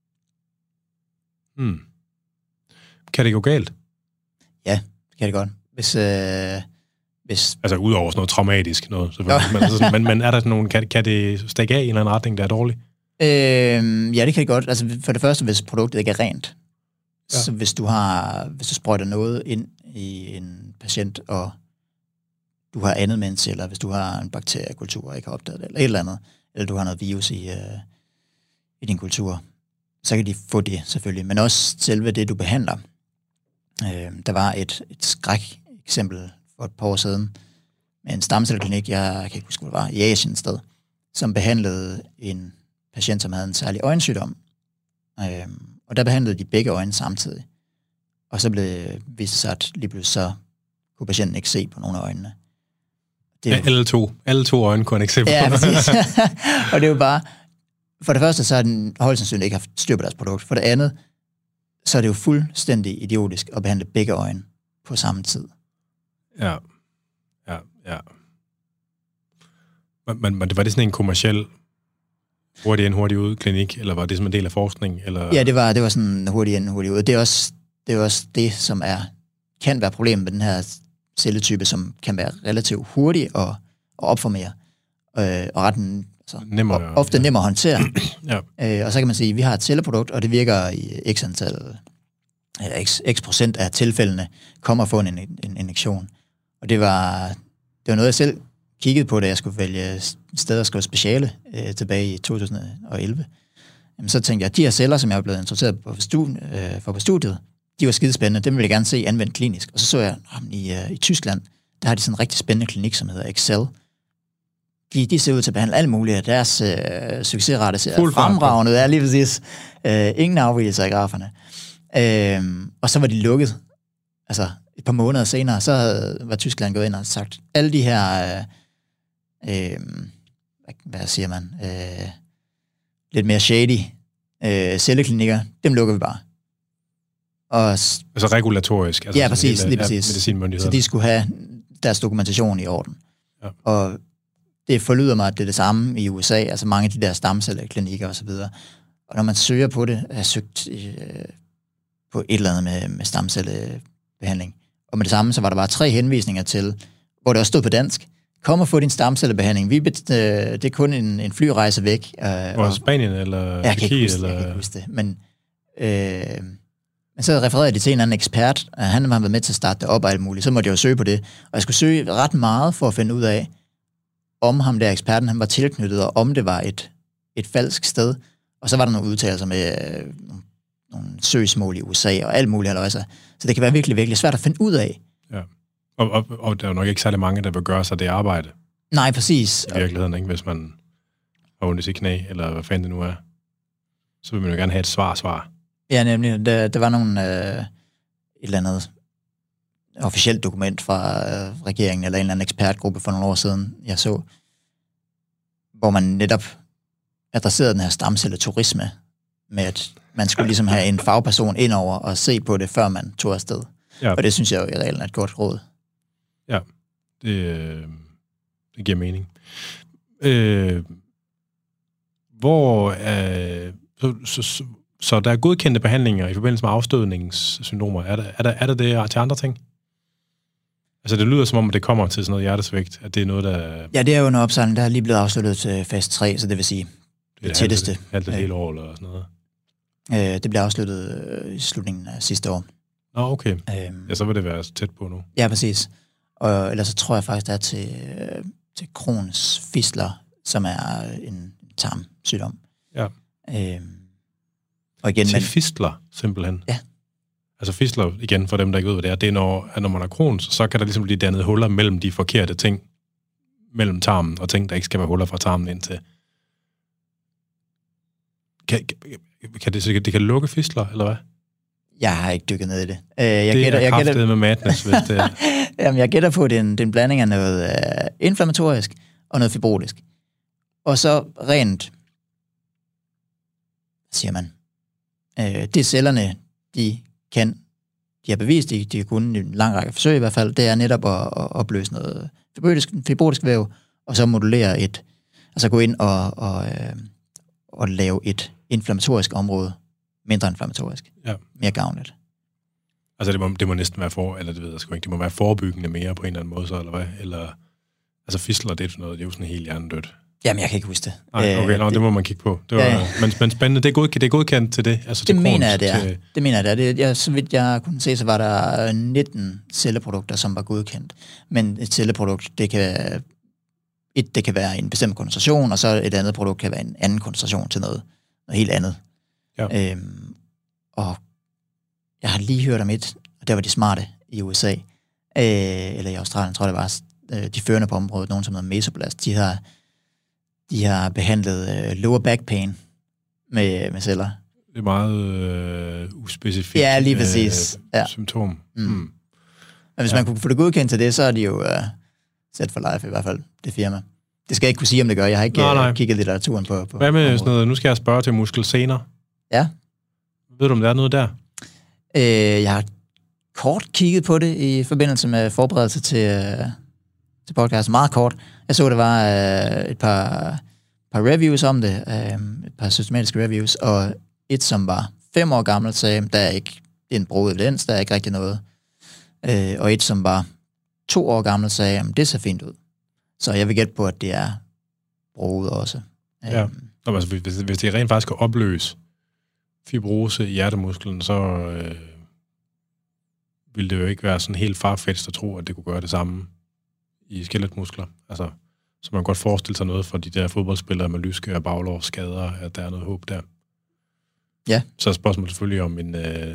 Hmm. Kan det gå galt? Ja, det kan det godt. Hvis... Øh, Hvis... Altså udover sådan noget traumatisk noget, selvfølgelig. men, altså, men, men er der sådan nogle, kan, kan det stikke af i en eller anden retning, der er dårlig? Øhm, ja, det kan det godt. Altså for det første, hvis produktet ikke er rent. Ja. Så hvis du har, hvis du sprøjter noget ind i en patient, og du har andet med en celler, hvis du har en bakteriekultur, og ikke har opdaget det, eller et eller andet, eller du har noget virus i, øh, i din kultur, så kan de få det selvfølgelig. Men også selve det, du behandler. Øh, der var et, et skræk eksempel for et par år siden, med en stamcelleklinik, jeg kan ikke huske, hvor det var, i Asien et sted, som behandlede en patient, som havde en særlig øjensygdom. Øhm, og der behandlede de begge øjne samtidig. Og så blev vist sig, at lige pludselig så kunne patienten ikke se på nogle af øjnene. Det er jo... alle, to. alle to øjne kunne han ikke se på. Ja, præcis. Og det er jo bare, for det første, så har den højst sandsynligt ikke haft styr på deres produkt. For det andet, så er det jo fuldstændig idiotisk at behandle begge øjne på samme tid. Ja, ja, ja. Men, men det var det sådan en kommerciel hurtig ind, hurtig ud klinik, eller var det som en del af forskning? Eller? Ja, det var, det var sådan hurtig ind, hurtig ud. Det er også det, er også det som er, kan være problemet med den her celletype, som kan være relativt hurtig at, at opformere, øh, og ret altså, nemmere, ofte ja. nemmere at håndtere. Ja. Øh, og så kan man sige, at vi har et celleprodukt, og det virker i x antal, eller x, x procent af tilfældene, kommer at få en, en, en injektion. Og det var, det var noget, jeg selv kiggede på, da jeg skulle vælge steder at skrive speciale øh, tilbage i to tusind og elleve. Jamen, så tænkte jeg, at de her celler, som jeg er blevet introduceret på studie, øh, for på studiet, de var skidespændende, dem ville jeg gerne se anvendt klinisk. Og så så jeg, at i, øh, i Tyskland, der har de sådan en rigtig spændende klinik, som hedder Excel. De, de ser ud til at behandle alt muligt. Deres øh, succesrate ser fremragende. Det er lige præcis. Øh, ingen afvigelser i graferne. Øh, og så var de lukket. Altså, et par måneder senere, så havde, var Tyskland gået ind og sagt, alle de her, øh, øh, hvad siger man, øh, lidt mere shady øh, celleklinikker, dem lukker vi bare. Og, altså regulatorisk? Altså ja, præcis, lige præcis. Så de skulle have deres dokumentation i orden. Ja. Og det forlyder mig, at det er det samme i U S A, altså mange af de der stamcelleklinikker og så videre. Og når man søger på det, har jeg søgt øh, på et eller andet med, med stamcellebehandling, og med det samme, så var der bare tre henvisninger til, hvor det også stod på dansk, kom og få din stamcellebehandling. Vi, øh, det er kun en, en flyrejse væk. Øh, Hvor Spanien eller jeg kan ikke huske, eller... jeg kan ikke huske det. Men, øh, men så refererede de til en eller anden ekspert, og han har været med til at starte det op og alt muligt. Så måtte jeg jo søge på det. Og jeg skulle søge ret meget for at finde ud af, om ham der eksperten, han var tilknyttet, og om det var et, et falsk sted. Og så var der nogle udtalelser med øh, nogle søgsmål i U S A og alt muligt. Altså. Så det kan være virkelig, virkelig svært at finde ud af. Ja. Og, og, og der er jo nok ikke særlig mange, der vil gøre sig det arbejde. Nej, præcis. I virkeligheden, ikke? Hvis man har ondt i sit knæ, eller hvad fanden det nu er. Så vil man jo gerne have et svar-svar. Ja, nemlig. Der, der var nogle, øh, et eller andet officielt dokument fra øh, regeringen, eller en eller anden ekspertgruppe for nogle år siden, jeg så, hvor man netop adresserede den her stamcelleturisme, med at man skulle ligesom have en fagperson ind over og se på det, før man tog afsted. Ja. Og det synes jeg jo i reglen er et godt råd. Ja, det, øh, det giver mening. Øh, hvor øh, så, så, så der er godkendte behandlinger i forbindelse med afstødningssyndromer. Er der, er der, er der det til andre ting? Altså, det lyder som om, at det kommer til sådan noget hjertesvigt, at det er noget, der... Ja, det er jo en opsejling, der er lige blevet afsluttet til fase tre, så det vil sige det, det tætteste. Alt det hele år eller sådan noget. Øh, det bliver afsluttet øh, i slutningen af sidste år. Nå, okay. Øhm, ja, så vil det være tæt på nu. Ja, præcis. Og ellers så tror jeg faktisk, der er til, øh, til Crohns fistler, som er en tarmsygdom. Ja. Øhm, og igen, til men, fistler, simpelthen? Ja. Altså fistler, igen, for dem, der ikke ved, hvad det er, det er, når, at når man har Crohns, så kan der ligesom blive dannet huller mellem de forkerte ting, mellem tarmen, og ting, der ikke skal være huller fra tarmen ind til. Kan, kan det, det kan lukke fistler, eller hvad? Jeg har ikke dykket ned i det. Øh, jeg det gætter, er jeg kraftedet gætter, med madness, hvis det er. Jamen, jeg gætter på, at det er en, det er en blanding af noget uh, inflammatorisk og noget fibrotisk. Og så rent, hvad siger man, øh, det cellerne, de kan, de har bevist, de, de har kunnet en lang række forsøg i hvert fald, det er netop at, at opløse noget fibrotisk, fibrotisk væv, og så modulere et, altså gå ind og, og, øh, og lave et inflammatorisk område mindre inflammatorisk. Ja. Mere gavnligt. Altså det må, det må næsten være for, eller det ved jeg sgu ikke, det må være forebyggende mere på en eller anden måde så, eller hvad? Eller, altså fistler, det er sådan noget, det er jo sådan helt hjernedødt. Jamen, jeg kan ikke huske det. Nej, okay, nå, det, det må man kigge på. Det var, ja. men, men spændende, det er, godkendt, det er godkendt til det? Altså til det, Crohns, mener jeg, det er. Til... det mener jeg, det er. Det, jeg, så vidt jeg kunne se, så var der nitten celleprodukter, som var godkendt. Men et celleprodukt, det kan, et, det kan være en bestemt koncentration, og så et andet produkt kan være en anden koncentration til noget, noget helt andet. Ja. Øhm, og jeg har lige hørt om et, og der var de smarte i U S A, øh, eller i Australien, tror jeg det var, øh, de førende på området, nogen som hedder Mesoblast, de har, de har behandlet øh, lower back pain med, med celler. Det er meget øh, uspecifikt ja, lige præcis. Øh, ja. symptom. Mm. Mm. Men hvis ja. man kunne få det godkendt til det, så er de jo uh, set for life i hvert fald, det firma. Det skal jeg ikke kunne sige, om det gør. Jeg har ikke nej, nej. kigget litteraturen på, på hvad med området. Sådan noget, nu skal jeg spørge til muskelsener. Ja. Ved du, om der er noget der? Øh, jeg har kort kigget på det i forbindelse med forberedelse til, uh, til podcast. Meget kort. Jeg så, der var uh, et par, par reviews om det, uh, et par systematiske reviews, og et, som var fem år gammelt, sagde, der er ikke det er en broget evidens, der er ikke rigtig noget. Uh, og et, som var to år gammelt, sagde, at det ser fint ud. Så jeg vil gætte på, at det er broget også. Ja. Nå, altså, hvis, hvis det rent faktisk kan opløse fibrose i hjertemusklen, så øh, ville det jo ikke være sådan helt farfetched at tro, at det kunne gøre det samme i skeletmuskler. Altså, så man kan godt forestille sig noget for de der fodboldspillere med lyske og baglårsskader, at der er noget håb der. Ja. Så er spørgsmålet selvfølgelig om en... Øh,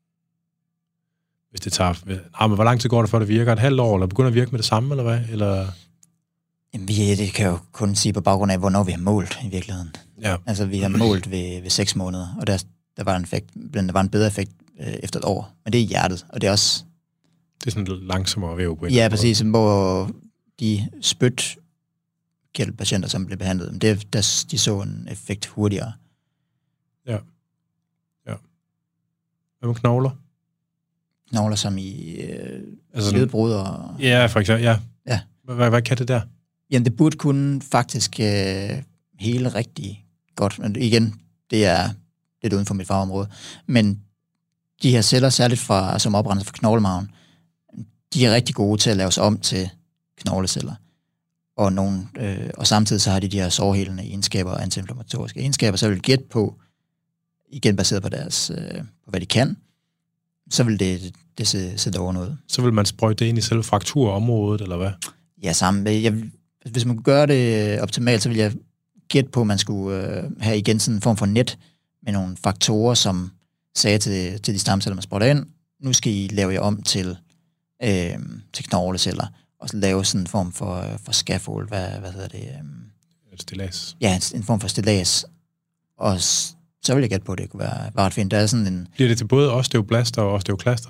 hvis det tager... Ah, men hvor lang tid går det, før det virker? Et halvt år, eller begynder at virke med det samme, eller hvad? Eller... Jamen, vi, det kan jo kun sige på baggrund af, hvornår vi har målt i virkeligheden. Ja. Altså, vi har målt ved, ved seks måneder, og der, der, var en effekt, der var en bedre effekt øh, efter et år. Men det er i hjertet, og det er også... Det er sådan lidt langsommere væv på en ja, præcis, hvor de spytkirtelpatienter, som blev behandlet, det, der, de så en effekt hurtigere. Ja. Ja. Hvad med knogler? Knogler som i øh, altså, svedbrud og... Ja, for eksempel, ja. Ja. Hvad, hvad kan det der? Jamen, det burde kunne faktisk øh, hele rigtig godt. Men igen, det er lidt uden for mit fagområde. Men de her celler, særligt fra, som oprendes fra knoglemagen, de er rigtig gode til at laves om til knogleceller. Og, nogle, øh, og samtidig så har de de her sårhelende egenskaber og antiinflammatoriske egenskaber, så vil jeg gætte på, igen baseret på deres, øh, på hvad de kan, så vil det, det se, se over noget. Så vil man sprøjte det ind i selve frakturområdet, eller hvad? Ja, sammen. Jeg, hvis man kunne gøre det optimalt, så vil jeg gætte på, at man skulle øh, have igen sådan en form for net med nogle faktorer, som sagde til, til de stamceller, man sprøjter ind, nu skal I lave jer om til, øh, til knogleceller, og så lave sådan en form for, for scaffold, hvad, hvad hedder det? Øh, stillads. Ja, en, en form for stillads. Og så vil jeg gætte på, at det kunne være, være ret fint. Der er sådan en... Bliver det til både osteoblaster og osteoklaster?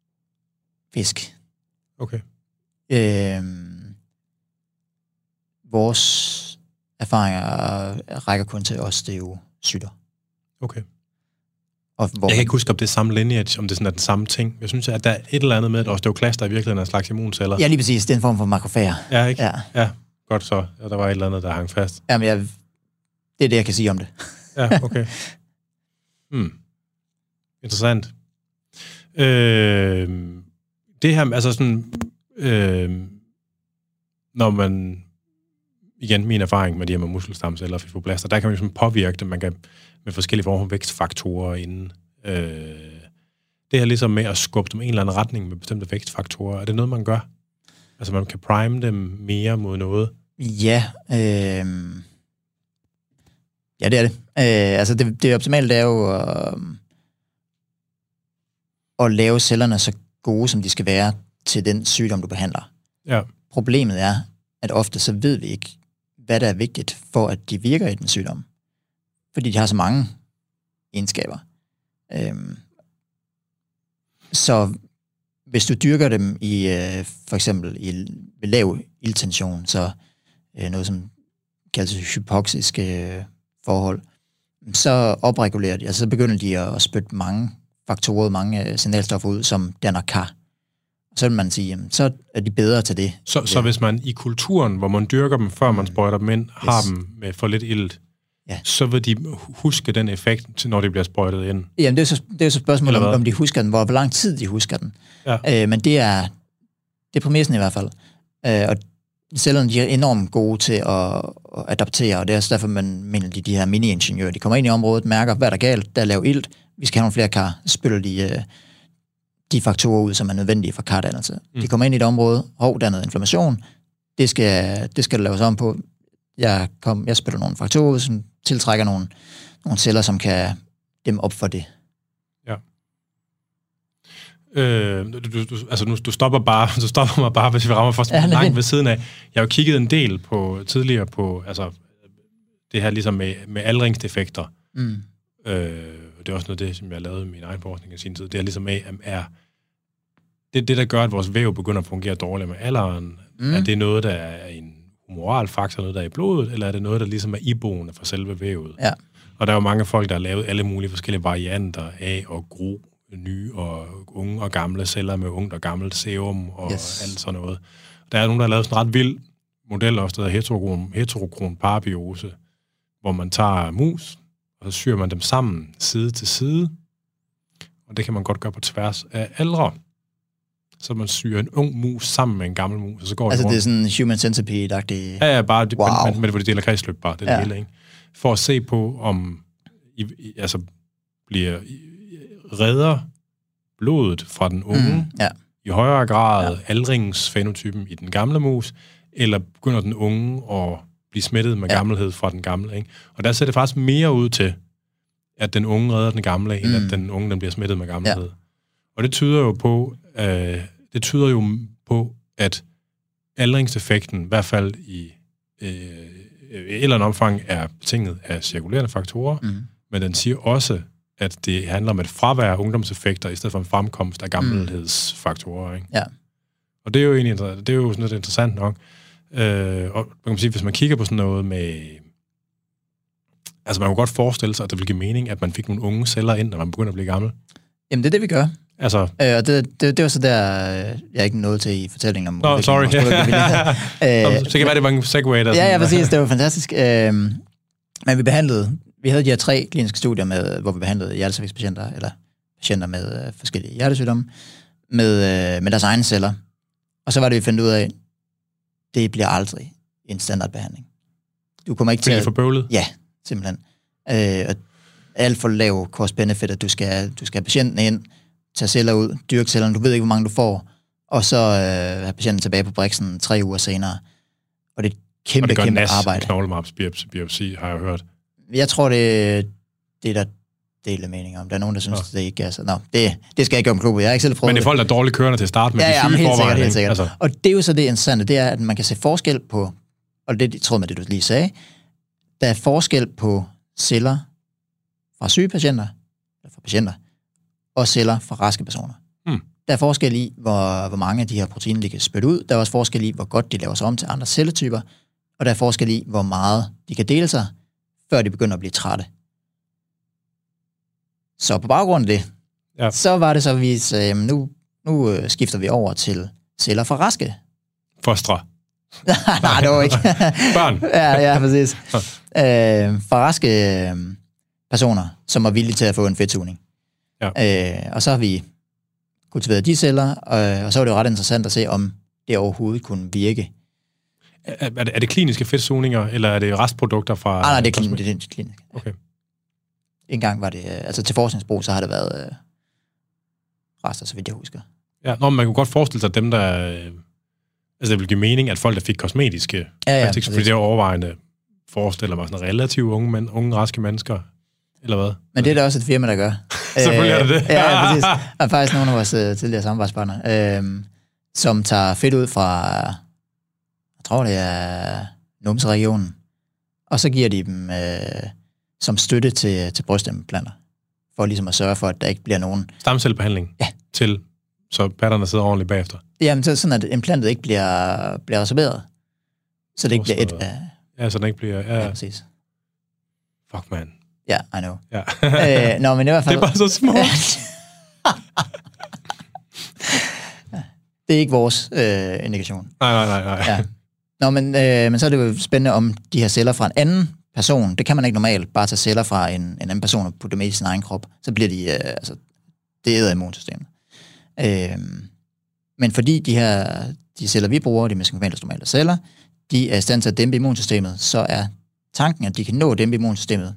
Fisk. Okay. Øh, vores erfaringer rækker kun til osteocytter. Okay. Og hvor jeg kan ikke huske, om det er samme lineage, om det sådan er den samme ting. Jeg synes, at der er et eller andet med, at osteoklaster i virkeligheden er en slags immunceller. Ja, lige præcis. Det er en form for makrofager. Ja, ikke? Ja. Ja, godt så. Ja, der var et eller andet, der hang fast. Jamen, jeg, det er det, jeg kan sige om det. Ja, okay. Hmm. Interessant. Øh, det her, altså sådan, øh, når man, igen min erfaring med de her med muskelstamceller og fibroblaster, der kan man jo sådan påvirke det, man kan med forskellige former for vækstfaktorer inden. Øh, det her ligesom med at skubbe dem i en eller anden retning med bestemte vækstfaktorer, er det noget, man gør? Altså man kan prime dem mere mod noget? Ja, øh, ja det er det. Øh, altså det, det optimale, det er jo øh, at lave cellerne så gode, som de skal være til den sygdom, du behandler. Ja. Problemet er, at ofte så ved vi ikke, hvad der er vigtigt for, at de virker i den sygdom. Fordi de har så mange egenskaber. Øhm, så hvis du dyrker dem i, øh, for eksempel i ved lav ildtension, så øh, noget som kaldes hypoxiske øh, forhold, så opregulerer de, altså så begynder de at spytte mange faktorer, mange øh, signalstoffer ud, som danner kar. Så vil man sige, jamen, så er de bedre til det. Så, så hvis man i kulturen, hvor man dyrker dem, før man sprøjter dem ind, har yes. dem med for lidt ilt, ja. så vil de huske den effekt, når de bliver sprøjtet ind? Jamen, det er så, det er så spørgsmålet, om, om de husker den, hvor, hvor lang tid de husker den. Ja. Øh, men det er, det er præmissen i hvert fald. Øh, og cellerne, de er enormt gode til at, at adaptere, og det er også derfor, man mener, de, de her mini-ingeniører, de kommer ind i området, mærker, hvad der er galt, der er lav ilt, vi skal have nogle flere kar, så spytter de øh, de faktorer ud, som er nødvendige for kardannelse. Mm. De kommer ind i et område, hov, der er noget inflammation, det skal, det skal der laves om på. Jeg, kom, jeg spiller nogle faktorer ud, som tiltrækker nogle, nogle celler, som kan dem op for det. Ja. Øh, du, du, altså nu, du stopper bare, du stopper mig bare, hvis vi rammer for ja, langt ved siden af. Jeg har jo kigget en del på tidligere på, altså det her ligesom med, med aldringsdefekter. Mm. Øh, det er også noget af det, som jeg har lavet i min egen forskning i sin tid. Det er ligesom med, er det, det, der gør, at vores væv begynder at fungere dårligt med alderen, mm. er det noget, der er en humoral faktor, noget, der er i blodet, eller er det noget, der ligesom er iboende for selve vævet? Ja. Og der er jo mange folk, der har lavet alle mulige forskellige varianter af at gro nye og unge og gamle celler med ungt og gammelt serum og yes. alt sådan noget. Der er nogen, der har lavet sådan en ret vild model også, der hedder heterokron, heterokron parabiose, hvor man tager mus, og så syr man dem sammen side til side, og det kan man godt gøre på tværs af aldre. Så man syr en ung mus sammen med en gammel mus, og så går altså det det er sådan en human centipede-agtig... Ja, ja, bare, wow. men, men, men det var det deler kredsløb bare, det ja. hele, ikke? For at se på, om I, I, altså bliver I, redder blodet fra den unge mm, ja. i højere grad ja. aldringsfenotypen i den gamle mus, eller begynder den unge at blive smittet med ja. gammelhed fra den gamle, ikke? Og der ser det faktisk mere ud til, at den unge redder den gamle, end mm. at den unge den bliver smittet med gammelhed. Ja. Og det tyder jo på, øh, det tyder jo på, at aldringseffekten, i hvert fald i øh, et eller andet omfang, er betinget af cirkulerende faktorer, mm. men den siger også, at det handler om et fravær af ungdomseffekter, i stedet for en fremkomst af gammelhedsfaktorer, ikke? Ja. Og det er jo egentlig det er jo sådan noget interessant nok. Øh, og man kan sige, hvis man kigger på sådan noget med... Altså, man kan godt forestille sig, at det vil give mening, at man fik nogle unge celler ind, når man begynder at blive gammel. Jamen, det er det, vi gør. Altså... Øh, og det, det, det var så der, jeg er ikke nået til i fortællingen om... Nå, oh, sorry. øh, så kan være, det var en segway, der... Ja, ja, præcis. Det var fantastisk. Øh, men vi behandlede... Vi havde de her tre kliniske studier, med, hvor vi behandlede hjertesvigtspatienter, eller patienter med øh, forskellige hjertesygdomme, med, øh, med deres egne celler. Og så var det, vi fandt ud af, det bliver aldrig en standardbehandling. Du kommer ikke til at... for bøvlet? Ja, simpelthen. Øh, alt for lav cost-benefit, at du skal, du skal have patienten ind, tage celler ud, dyrke cellerne, du ved ikke, hvor mange du får, og så øh, have patienten tilbage på briksen tre uger senere. Og det er et kæmpe, og det gør kæmpe N A S, arbejde. Knoglemapsbiopsi, har jeg hørt. Jeg tror, det, det er der deler meninger om. Der er nogen, der synes, ja. det ikke er så... Nå, det, det skal jeg ikke gøre om klubben. Jeg har ikke selv prøvet Men det er folk, der er dårligt kørende til at starte med. Ja, ja, de helt sikkert, helt sikkert. Altså. Og det er jo så det interessante, det er, at man kan se forskel på, og det tror jeg med det, du lige sagde, der er forskel på celler fra syge patienter, eller fra patienter, og celler fra raske personer. Hmm. Der er forskel i, hvor, hvor mange af de her proteiner, de kan spytte ud. Der er også forskel i, hvor godt de laver sig om til andre celletyper. Og der er forskel i, hvor meget de kan dele sig, før de begynder at blive trætte. Så på baggrund af det, ja. så var det så, at vi sagde, nu, nu øh, skifter vi over til celler fra raske. Fostre. Nej, det var ikke. Børn. ja, ja, præcis. øh, fra raske øh, personer, som er villige til at få en fedtsugning. Ja. Øh, og så har vi kultiveret de celler, og, og så var det jo ret interessant at se, om det overhovedet kunne virke. Er, er, det, er det kliniske fedtsugninger, eller er det restprodukter fra... Ah, nej, det er, klin, det er klinisk. Okay. En gang var det, altså til forskningsbrug, så har det været øh, rester, så vidt jeg husker. Ja, nå, man kunne godt forestille sig, at dem, der... Øh, altså, det ville give mening, at folk, der fik kosmetiske... Ja, ja. Faktisk, fordi det er overvejende forestiller mig sådan relativt unge, men, unge, raske mennesker, eller hvad? Men det er da også et firma, der gør. Selvfølgelig er det det. ja, ja, præcis. Der er faktisk nogle af vores uh, tidligere samarbejdspartnere, øh, som tager fedt ud fra, jeg tror det er Numse-regionen, og så giver de dem øh, som støtte til, til brystimplanter, for ligesom at sørge for, at der ikke bliver nogen... Stamcellebehandling? Ja. Til, så patterne sidder ordentligt bagefter? Jamen, så sådan, at implantet ikke bliver, bliver reserveret, så det ikke bliver et af... Ja, så den ikke bliver... Ja, ja præcis. Fuck, man. Ja, yeah, I know. Ja. øh, nå, men i hvert fald... Det er bare så små. Det er ikke vores øh, indikation. Nej, nej, nej. nej. Ja. Nå, men, øh, men så er det jo spændende om de her celler fra en anden person. Det kan man ikke normalt bare tage celler fra en, en anden person og putte dem i sin egen krop. Så bliver de... Øh, altså, det æder immunsystemet. Øh, men fordi de her de celler, vi bruger, de mesenkymale stomale celler, de er i stand til at dæmpe immunsystemet, så er tanken, at de kan nå at dæmpe immunsystemet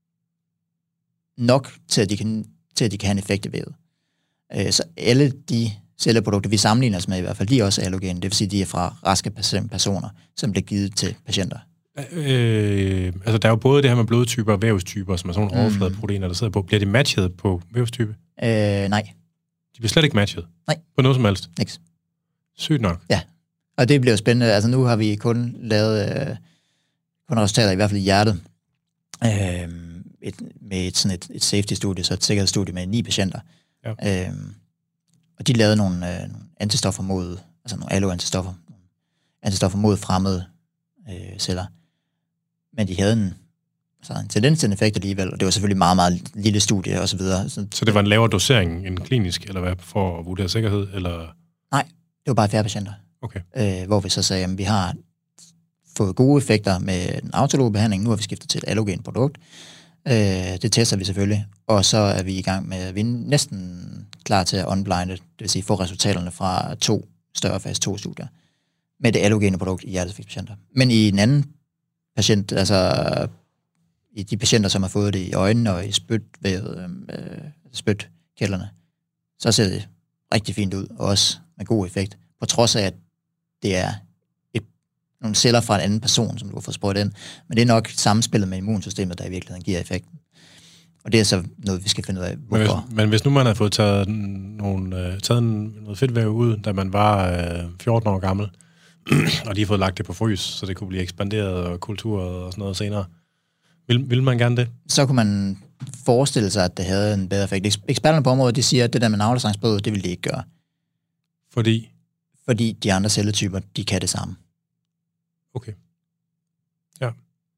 nok til, at de kan, til, at de kan have en effekt i vævet. Øh, så alle de celleprodukter, vi sammenligner os med i hvert fald, de er også allogene, det vil sige, de er fra raske personer, som bliver givet til patienter. Øh, altså, der er jo både det her med blodtyper og vævstyper, som er sådan nogle mm. overfladeproteiner, der sidder på. Bliver de matchet på vævstype? Øh, nej. De bliver slet ikke matchet? Nej. På noget som helst? Niks. Sygt nok. Ja, og det bliver spændende. Altså, nu har vi kun lavet øh, kun resultater, i hvert fald i hjertet, øh, et, med et, sådan et, et safety-studie, så et sikkerhedsstudie med ni patienter. Ja. Øh, og de lavede nogle, øh, nogle antistoffer mod, altså nogle allo-antistoffer, antistoffer mod fremmede øh, celler. Men de havde en, altså en tendens til en effekt alligevel, og det var selvfølgelig meget, meget lille studie og så videre. Så, så det var en lavere dosering end klinisk, eller hvad, for at vurdere sikkerhed, eller? Nej, det var bare færre patienter. Okay. Øh, hvor vi så sagde, at vi har fået gode effekter med den autologbehandling, nu har vi skiftet til et allogen produkt. Øh, det tester vi selvfølgelig, og så er vi i gang med, vi er næsten klar til at unblinde, det vil sige få resultaterne fra to større fase to studier med det allogene produkt i hjertesvigtspatienter. Men i en anden patient, altså i de patienter, som har fået det i øjnene og i spytvævet, øh, spytkælderne, så ser det rigtig fint ud, og også med god effekt, på trods af, at det er et, nogle celler fra en anden person, som du har fået sprøjtet ind, men det er nok samspillet med immunsystemet, der i virkeligheden giver effekten. Og det er så noget, vi skal finde ud af, hvorfor. Men hvis, men hvis nu man har fået taget, nogle, øh, taget noget fedtvæv ud, da man var øh, fjorten år gammel, og de har fået lagt det på frys, så det kunne blive ekspanderet og kulturet og sådan noget senere, vil, vil man gerne det? Så kunne man forestille sig, at det havde en bedre effekt. Eksperterne på området, de siger, at det der med navlestrangsblod, det vil de ikke gøre. Fordi? Fordi de andre celletyper, de kan det samme. Okay. Ja.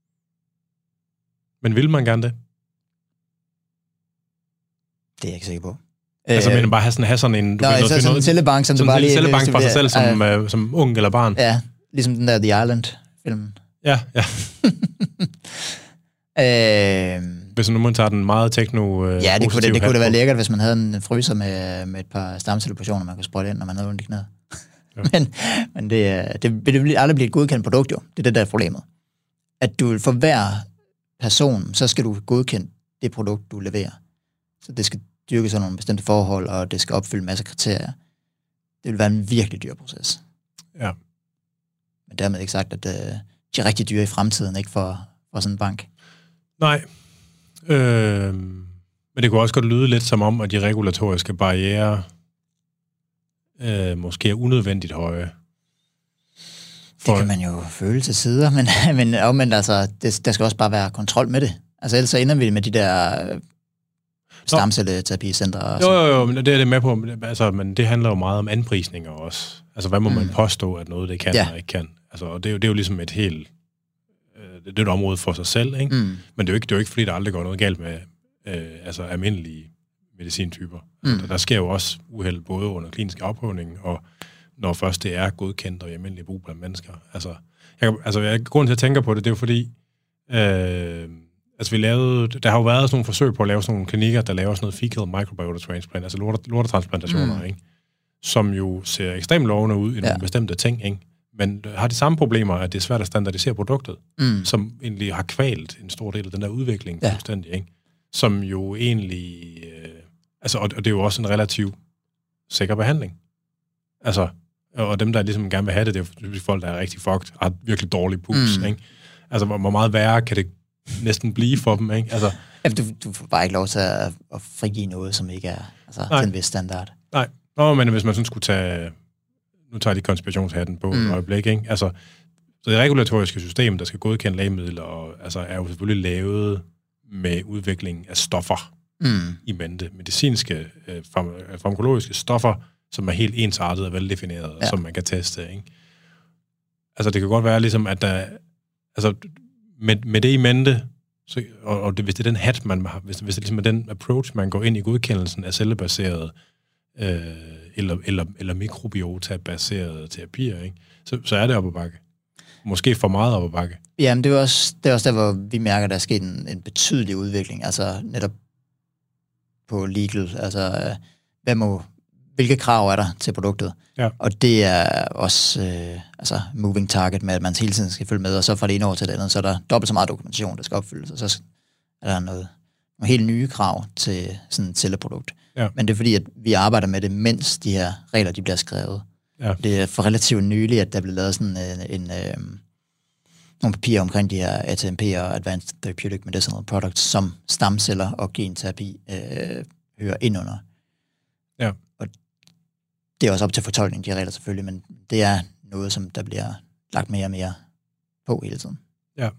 Men vil man gerne det? Det er jeg ikke sikker på. Altså, men bare have sådan, have sådan en... Du Nå, altså sådan en cellebank, som du bare lige... Sådan en cellebank for sig selv, som, uh, uh, som ung eller barn. Ja, ligesom den der The Island-filmen. Ja, ja. øh, hvis nu man tager den meget tekno uh, ja, det kunne, det, det kunne da være lækkert, hvis man havde en fryser med, med et par stamcelleportioner, man kunne sprøjte ind, når man havde ondt i knæet. Ja. men men det, det, det vil aldrig blive et godkendt produkt, jo. Det er det, der er problemet. At du for hver person, så skal du godkende det produkt, du leverer. Så det skal dyrke sådan nogle bestemte forhold, og det skal opfylde en masse kriterier. Det vil være en virkelig dyr proces. Ja. Men dermed ikke sagt, at uh, de er rigtig dyre i fremtiden, ikke for, for sådan en bank. Nej. Øh, men det kunne også godt lyde lidt som om, at de regulatoriske barrierer øh, måske er unødvendigt høje. For... Det kan man jo føle til sider, men, men omvendt, altså, det, der skal også bare være kontrol med det. Altså ellers så ender vi med de der stamcelleterapicentre. Jo, jo, jo, men det er det med på. Altså, men det handler jo meget om anprisninger også. Altså, hvad må mm. man påstå, at noget det kan ja. eller ikke kan? Altså, og det er, jo, det er jo ligesom et helt... Øh, det er et område for sig selv, ikke? Mm. Men det er, jo ikke, det er jo ikke, fordi der aldrig går noget galt med øh, altså, almindelige medicintyper. Mm. Altså, der, der sker jo også uheld både under klinisk afprøvning, og når først det er godkendt og i almindelig brug blandt mennesker. Altså, jeg, altså jeg, grunden til at tænke på det, det er jo fordi... Øh, Altså, vi lavede, der har jo været sådan nogle forsøg på at lave sådan nogle klinikker, der laver sådan noget fecal microbiota transplant, altså lortetransplantationer, mm. ikke? som jo ser ekstremt lovende ud i ja. nogle bestemte ting, ikke? Men har de samme problemer, at det er svært at standardisere produktet, mm. som egentlig har kvalt en stor del af den der udvikling, ja. fuldstændig, ikke? Som jo egentlig... Øh, altså, og, og det er jo også en relativt sikker behandling. Altså, og dem, der ligesom gerne vil have det, det er jo folk, der er rigtig fucked, har virkelig dårlig puls, mm. ikke? Altså, hvor meget værre kan det næsten blive for dem, ikke? Altså... Ja, du, du får bare ikke lov til at, at frigive noget, som ikke er altså, til en vis standard. Nej. Nå, men hvis man sådan skulle tage... Nu tager de konspirationshatten på mm. et øjeblik, ikke? Altså, så det regulatoriske system, der skal godkende lægemidler, og, altså, er jo selvfølgelig lavet med udvikling af stoffer mm. i mente. Medicinske, øh, farm- farmakologiske stoffer, som er helt ensartet og veldefineret, ja. som man kan teste, ikke? Altså, det kan godt være ligesom, at der... Altså, med, med det i mente, så, og, og det, hvis det er den hat, man har, hvis, hvis det ligesom er den approach, man går ind i godkendelsen af cellebaseret øh, eller, eller, eller mikrobiota-baserede terapier, ikke? Så, så er det op ad bakke. Måske for meget op ad bakke. Jamen, det er også, det er også der, hvor vi mærker, at der er sket en, en betydelig udvikling, altså netop på legal, altså hvad må, hvilke krav er der til produktet? Ja. Og det er også øh, altså moving target med, at man hele tiden skal følge med, og så fra det ene år til det andet, så er der dobbelt så meget dokumentation, der skal opfyldes, og så er der noget, nogle helt nye krav til sådan et celleprodukt. Ja. Men det er fordi, at vi arbejder med det, mens de her regler de bliver skrevet. Ja. Det er for relativt nyligt, at der blev lavet sådan en, en, øh, nogle papirer omkring de her A T M P og Advanced Therapeutic Medicinal Products, som stamceller og genterapi øh, hører ind under. Ja. Og det er også op til fortolkning, de her regler selvfølgelig, men det er noget, som der bliver lagt mere og mere på hele tiden. Ja.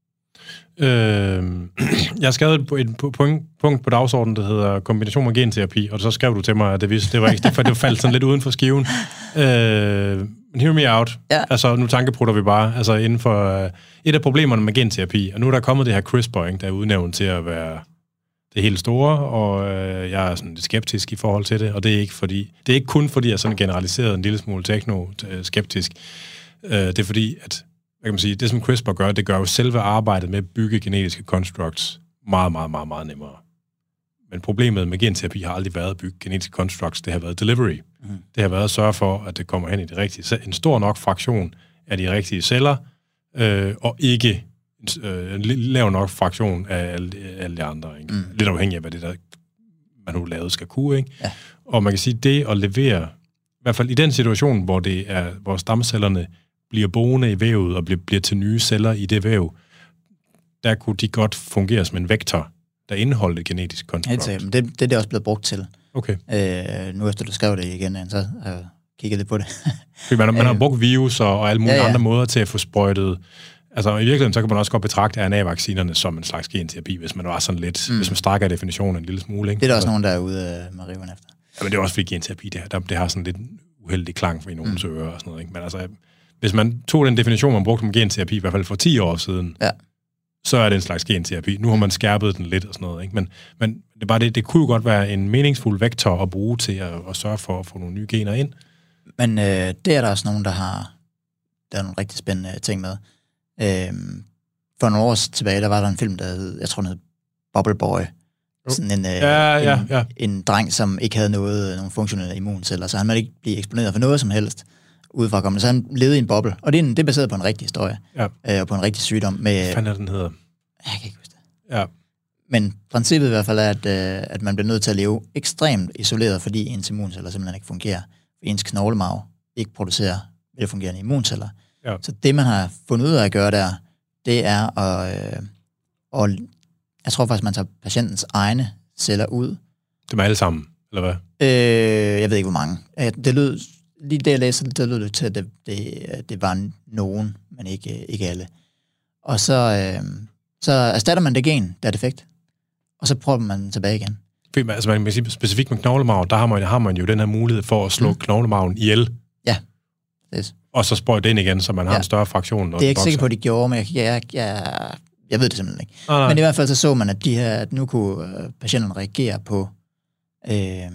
Øh, jeg skrev et, et punkt, punkt på dagsordenen, der hedder kombination med genterapi, og så skrev du til mig, at det, vidste, det var ikke, det, det faldt sådan lidt uden for skiven. Øh, hear me out. Ja. Altså, nu tankeprutter vi bare. Altså, inden for uh, et af problemerne med genterapi, og nu er der kommet det her CRISPR, ikke, der er udnævnt til at være det helt store, og øh, jeg er sådan lidt skeptisk i forhold til det, og det er ikke fordi, det er ikke kun fordi, jeg er sådan generaliseret en lille smule tekno-skeptisk. Øh, det er fordi, at hvad kan man sige, det som CRISPR gør, det gør jo selve arbejdet med at bygge genetiske constructs meget, meget, meget, meget nemmere. Men problemet med genterapi har aldrig været at bygge genetiske constructs, det har været delivery. Mm. Det har været at sørge for, at det kommer hen i det rigtige, en stor nok fraktion af de rigtige celler, øh, og ikke øh, en lav nok fraktion af alle, alle de andre. Ikke? Mm. Lidt afhængig af, hvad det der, man nu lavet skal kunne. Ikke? Ja. Og man kan sige, det at levere, i hvert fald i den situation, hvor det er, hvor stamcellerne bliver boende i vævet og bliver, bliver til nye celler i det væv, der kunne de godt fungere som en vektor, der indeholder et genetisk konstrukt. Helt det, det er det også blevet brugt til. Okay. Øh, nu efter du skrev det igen, så har jeg kigget lidt på det. man, man har brugt virus og, og alle mulige ja, ja. andre måder til at få sprøjtet. Altså i virkeligheden, så kan man også godt betragte R N A-vaccinerne som en slags genterapi, hvis man var sådan lidt, mm. hvis man strækker definitionen en lille smule. Ikke? Det er der også så, nogen, der er ude med riven efter. Ja, men det er også fordi genterapi, det, der, det har sådan lidt uheldig klang for i nogens mm. ører og sådan noget. Ikke? Men altså, hvis man tog den definition, man brugte om genterapi, i hvert fald for ti år siden, ja. så er det en slags genterapi. Nu har man skærpet den lidt og sådan noget. Ikke? Men, men det, er bare det, det kunne jo godt være en meningsfuld vektor at bruge til at, at sørge for at få nogle nye gener ind. Men øh, det er der også nogen, der har der er nogle rigtig spændende ting med. Øh, for nogle år tilbage, der var der en film, der hed, jeg tror, den hed Bubble Boy. Sådan en, ja, ja, en, ja. en dreng, som ikke havde noget, nogle funktionelle immunceller, så han måtte ikke blive eksponeret for noget som helst udefra kommende. Så han levede i en boble. Og det er, en, det er baseret på en rigtig historie. Ja. Øh, og på en rigtig sygdom. Med, hvad fanden er den hedder? Jeg kan ikke huske det. Ja. Men princippet i hvert fald er, at, øh, at man bliver nødt til at leve ekstremt isoleret, fordi ens immunceller simpelthen ikke fungerer. Ens knoglemarv ikke producerer velfungerende immunceller. Ja. Så det, man har fundet ud af at gøre der, det er at... Øh, og jeg tror faktisk, man tager patientens egne celler ud. Det er alle sammen, eller hvad? Øh, jeg ved ikke, hvor mange. Det lød... Lige det, jeg læste, det lød det til, at det, det, det var nogen, men ikke, ikke alle. Og så, øh, så erstatter man det gen, der er defekt, og så prøver man tilbage igen. Altså, man kan sige, specifikt med knoglemarv, der har man, har man jo den her mulighed for at slå mm. knoglemarven ihjel. Ja. Yes. Og så sprøjte den igen, så man har ja. en større fraktion. Det er jeg ikke sikker på, at de gjorde, men jeg, jeg, jeg, jeg ved det simpelthen ikke. Ah, nej. Men i hvert fald så så man, at, de her, at nu kunne patienterne reagere på, øh,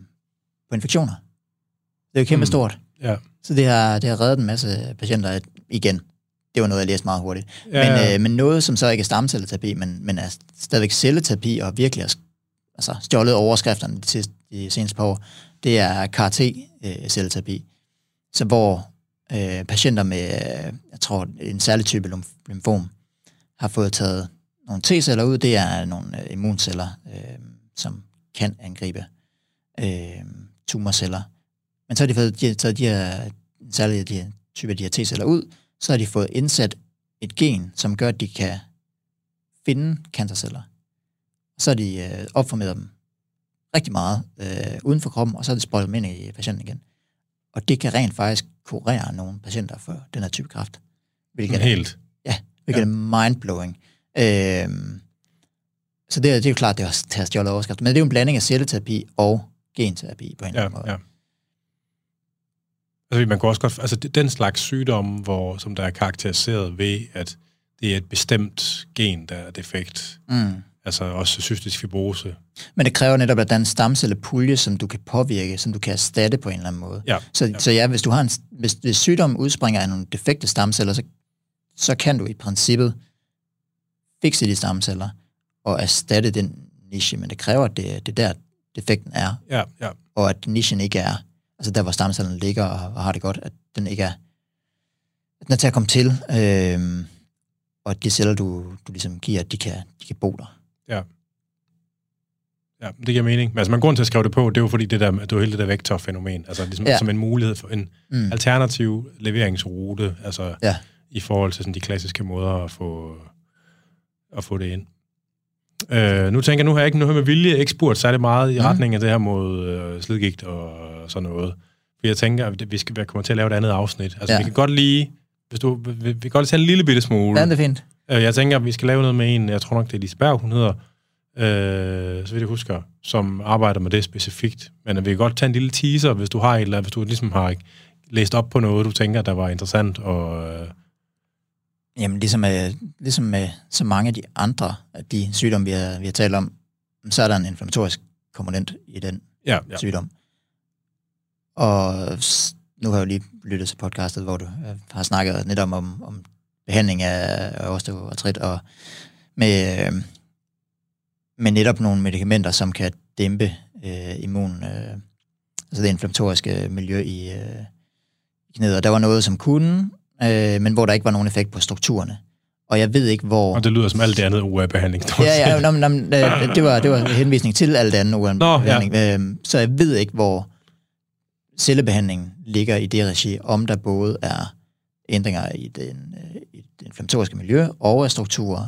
på infektioner. Det er jo kæmpe mm. stort. Ja. Så det har, det har reddet en masse patienter igen. Det var noget, jeg læste meget hurtigt. Ja, men, ja. Øh, men noget, som så ikke er stamcelleterapi, men, men er stadigvæk celleterapi, og virkelig har altså, stjålet overskrifterne de, de seneste par år, det er C A R T-celleterapi. Så hvor øh, patienter med, jeg tror, en særlig type lymfom, har fået taget nogle T-celler ud. Det er nogle øh, immunceller, øh, som kan angribe øh, tumorceller. Men så har de fået de, taget de her, særligt de her typer af de her T-celler ud, så har de fået indsat et gen, som gør, at de kan finde cancerceller. Så har de øh, opformeret dem rigtig meget øh, uden for kroppen, og så har de sprøjtet dem ind i patienten igen. Og det kan rent faktisk kurere nogle patienter for den her type kræft. Hvilket Helt? Er, ja, hvilket ja. er mindblowing. Øh, så det er, det er jo klart, det er også stjålet overskrift, men det er jo en blanding af celleterapi og genterapi på en eller anden måde. Ja. Altså, man kan også godt, altså den slags sygdomme, hvor, som der er karakteriseret ved, at det er et bestemt gen, der er defekt. Mm. Altså også cystisk fibrose. Men det kræver netop, at der er en stamcellepulje, som du kan påvirke, som du kan erstatte på en eller anden måde. Ja, så, ja. så ja, hvis du har en, hvis, hvis sygdommen udspringer af nogle defekte stamceller, så, så kan du i princippet fikse de stamceller og erstatte den niche, men det kræver, at det, det der defekten er, ja, ja. og at nichen ikke er, altså der, hvor stamcellerne ligger og, og har det godt, at den ikke er, at den er til at komme til, øh, og at de celler, du, du ligesom giver, de kan, de kan bo der. Ja. Ja, det giver mening. Men altså, man går til at skrive det på, det er jo fordi, det, der, det er jo hele det der vektorfænomen, altså ligesom ja. som en mulighed for en mm. alternativ leveringsrute, altså ja. i forhold til sådan de klassiske måder at få, at få det ind. Øh, nu tænker jeg, nu har jeg ikke noget med vilje ikke spurgt særlig meget i mm. retning af det her mod øh, slidgigt og sådan noget. For jeg tænker, at vi skal komme til at lave et andet afsnit. Altså, ja. vi kan godt lige, hvis du, vi, vi kan godt tage en lille bitte smule. Ja, det er fint. Øh, jeg tænker, at vi skal lave noget med en, jeg tror nok, det er Lise Berg, hun hedder, øh, så vidt jeg husker, som arbejder med det specifikt. Men vi kan godt tage en lille teaser, hvis du har et eller hvis du ligesom har læst op på noget, du tænker, der var interessant og... Øh, Jamen, ligesom med, ligesom med så mange af de andre af de sygdomme, vi har, vi har talt om, så er der en inflammatorisk komponent i den ja, ja. sygdom. Og nu har jeg jo lige lyttet til podcastet, hvor du har snakket netop om, om behandling af osteoartrit, og med, med netop nogle medicamenter, som kan dæmpe øh, immun, øh, altså det inflammatoriske miljø i, øh, i knæet. Og der var noget, som kunne, øh, men hvor der ikke var nogen effekt på strukturerne. Og jeg ved ikke, hvor... Og det lyder som alt det andet O A-behandling. Ja, ja, nå, nå, det, var, det var henvisning til alt det andet O A-behandling. Ja. Så jeg ved ikke, hvor cellebehandlingen ligger i det regi, om der både er ændringer i, den, i det inflammatoriske miljø og af strukturer.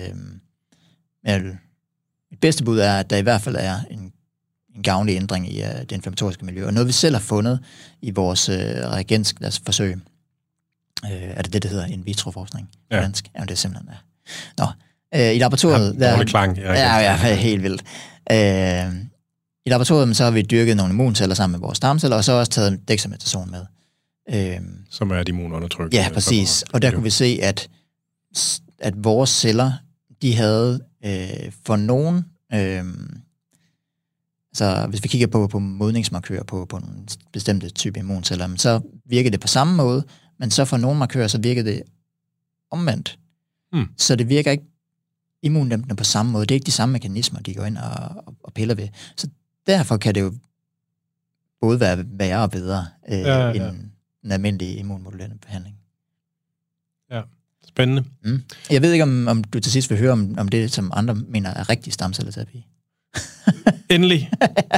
Men mit bedste bud er, at der i hvert fald er en, en gavnlig ændring i uh, det inflammatoriske miljø. Og noget, vi selv har fundet i vores uh, reagensglasforsøg, uh, er det det, der hedder in vitro-forskning. Ja. Dansk. Jamen, det er simpelthen... Ja. Nå, uh, i laboratoriet... Ja, dårlig klang. Ja, ja, helt vildt. Uh, I laboratoriet så har vi dyrket nogle immunceller sammen med vores stamceller, og så også taget dexamethason med. Øhm, Som er et immunundertrykkende. Ja, præcis. Og der kunne vi se, at, at vores celler, de havde øh, for nogen, øh, altså hvis vi kigger på, på modningsmarkører på, på en bestemte type immunceller, så virker det på samme måde, men så for nogle markører, så virker det omvendt. Hmm. Så det virker ikke immundæmpende på samme måde. Det er ikke de samme mekanismer, de går ind og, og, og piller ved. Så derfor kan det jo både være værre og bedre øh, ja, ja, ja. end en almindelig immunmodulerende behandling. Ja, spændende. Mm. Jeg ved ikke, om, om du til sidst vil høre om, om det, som andre mener er rigtig stamcelleterapi. Endelig.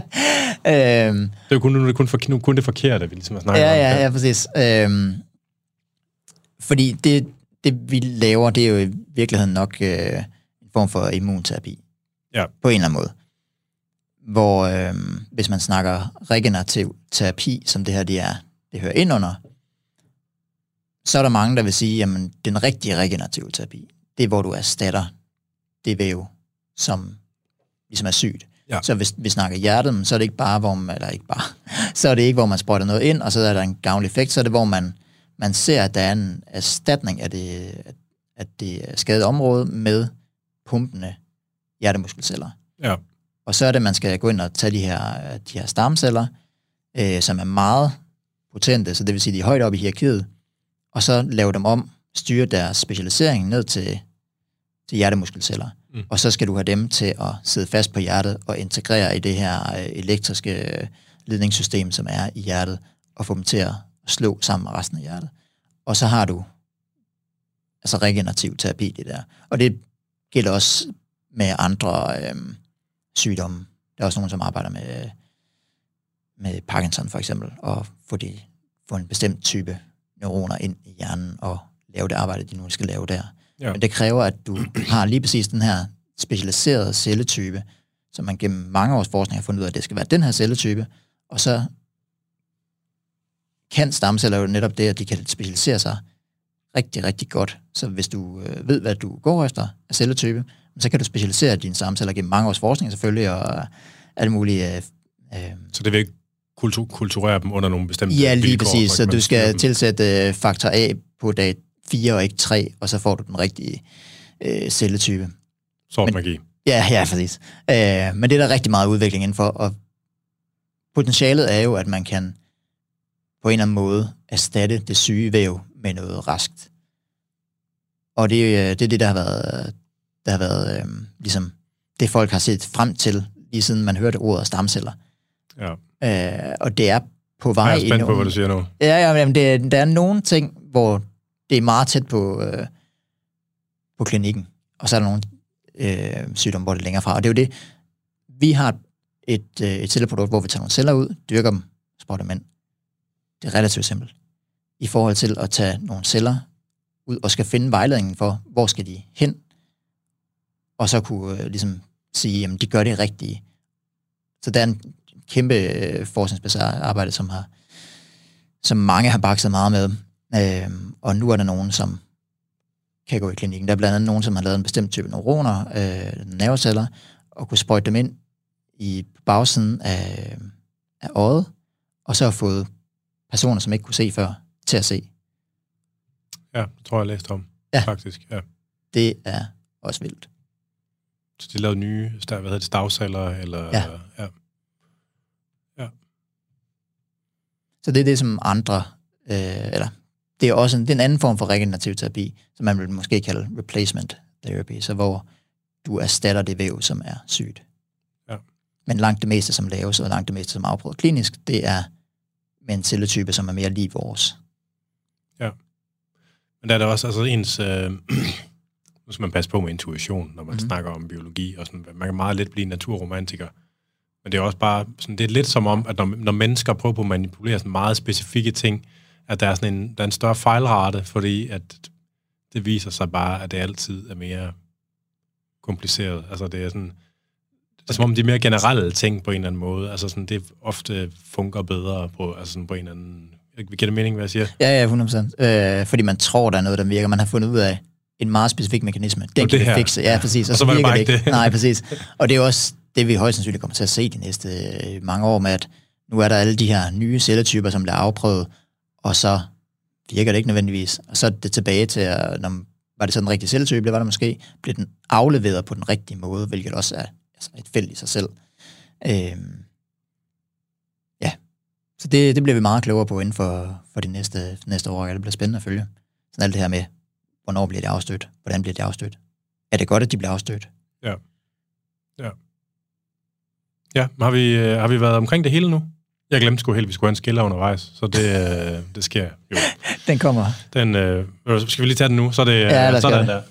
øhm, det er jo kun, nu, det kun, for, nu kun det forkerte, vi ligesom har snakket ja, om. Ja, ja, præcis. Øhm, fordi det, det, vi laver, det er jo i virkeligheden nok øh, en form for immunterapi. Ja. På en eller anden måde. Hvor øh, hvis man snakker regenerativ terapi, som det her det er, det hører ind under, så er der mange, der vil sige, jamen den rigtige regenerative terapi, det er, hvor du erstatter det væv, som ligesom er sygt. Ja. Så hvis vi snakker hjertet, så er det ikke bare, hvor man, eller ikke bare, så er det ikke, hvor man sprøjter noget ind, og så er der en gavnlig effekt, så er det, hvor man, man ser, at der er en erstatning af det, af det skadede område med pumpende hjertemuskelceller. Ja. Og så er det, at man skal gå ind og tage de her, de her stamceller, øh, som er meget potente, så det vil sige, de er højt oppe i hierarkiet, og så lave dem om, styre deres specialisering ned til, til hjertemuskelceller. Mm. Og så skal du have dem til at sidde fast på hjertet og integrere i det her elektriske ledningssystem, som er i hjertet, og få dem til at slå sammen med resten af hjertet. Og så har du altså regenerativ terapi, det der. Og det gælder også med andre øhm, sygdomme. Der er også nogen, som arbejder med, med Parkinson for eksempel, og få, de, få en bestemt type neuroner ind i hjernen, og lave det arbejde, de nu skal lave der. Ja. Men det kræver, at du har lige præcis den her specialiserede celletype, som man gennem mange års forskning har fundet ud af, at det skal være den her celletype, og så kan stamceller jo netop det, at de kan specialisere sig rigtig, rigtig godt. Så hvis du øh, ved, hvad du går efter af celletype, så kan du specialisere dine stamceller gennem mange års forskning selvfølgelig, og alle mulige... Øh, øh, så det vil ikke kultur- kulturere dem under nogle bestemte ja, lige vilkår? præcis. Så du skal tilsætte faktor A på dag fire og ikke tre, og så får du den rigtige øh, celletype. Sort magi. Ja, ja, præcis. Øh, men det er der rigtig meget udvikling indenfor, og potentialet er jo, at man kan på en eller anden måde erstatte det syge væv med noget raskt. Og det, det er det, der har været, der har været øh, ligesom det, folk har set frem til, lige siden man hørte ordet stamceller. Ja. Øh, og det er på vej... Jeg er spændt på, hvad du siger nu. Ja, ja, men det, der er nogle ting, hvor det er meget tæt på, øh, på klinikken, og så er der nogle øh, sygdomme, hvor det er længere fra. Og det er jo det, vi har et, øh, et celleprodukt, hvor vi tager nogle celler ud, dyrker dem, sprøjter dem ind. Det er relativt simpelt. I forhold til at tage nogle celler ud og skal finde vejledningen for, hvor skal de hen, og så kunne øh, ligesom sige, jamen de gør det rigtige. Så der er en kæmpe øh, forskningsbaseret arbejde, som, har, som mange har bakset meget med. Øh, og nu er der nogen, som kan gå i klinikken. Der er blandt andet nogen, som har lavet en bestemt type neuroner, øh, nerveceller, og kunne sprøjte dem ind i bagsiden af, af øjet, og så har fået personer, som ikke kunne se før, til at se. Ja, det tror jeg, jeg læste om. Ja. Faktisk, ja. Det er også vildt. Så de lavede nye, hvad hedder det, stavceller, eller... Ja. ja. Ja. Så det er det, som andre, øh, eller det er også en, det er en anden form for regenerativ terapi, som man vil måske kalde replacement therapy, så hvor du erstatter det væv, som er sygt. Ja. Men langt det meste, som laves, og langt det meste, som er afprøvet klinisk, det er med en celletype, som er mere lige vores. Ja. Men der er der også altså ens... Øh, nu skal man passe på med intuition, når man mm-hmm. snakker om biologi, og sådan, man kan meget let blive naturromantiker. Men det er også bare, sådan, det er lidt som om, at når, når mennesker prøver på at manipulere sådan meget specifikke ting, at der er sådan en, der er en større fejlrate, fordi at det viser sig bare, at det altid er mere kompliceret. Altså det er sådan, det er som om de mere generelle ting på en eller anden måde, altså sådan, det ofte fungerer bedre på, altså sådan på en eller anden, giver det mening, hvad jeg siger? Ja, ja, hundrede procent. Øh, fordi man tror, der er noget, der virker. Man har fundet ud af en meget specifik mekanisme. Den kan vi fikse. Ja, præcis. Og, og så, så virker det ikke. Det. Nej, præcis. Og det er også det, vi højst sandsynligt kommer til at se de næste øh, mange år med, at nu er der alle de her nye celletyper, som bliver afprøvet, og så virker det ikke nødvendigvis. Og så er det tilbage til, at når, var det så den rigtige celletype, det var det måske, bliver den afleveret på den rigtige måde, hvilket også er altså et felt i sig selv. Øhm, ja, så det, det bliver vi meget klogere på inden for, for de næste, næste år, og det bliver spændende at følge. Sådan alt det her med, hvornår bliver det afstødt? Hvordan bliver det afstødt? Er det godt, at de bliver afstødt? Ja. Ja. Ja, har vi, øh, har vi været omkring det hele nu? Jeg glemte sgu helt, at vi skulle have en skiller undervejs, så det, øh, det sker jo. Den kommer. Den, øh, skal vi lige tage den nu? Så er det ja, øh, sådan der.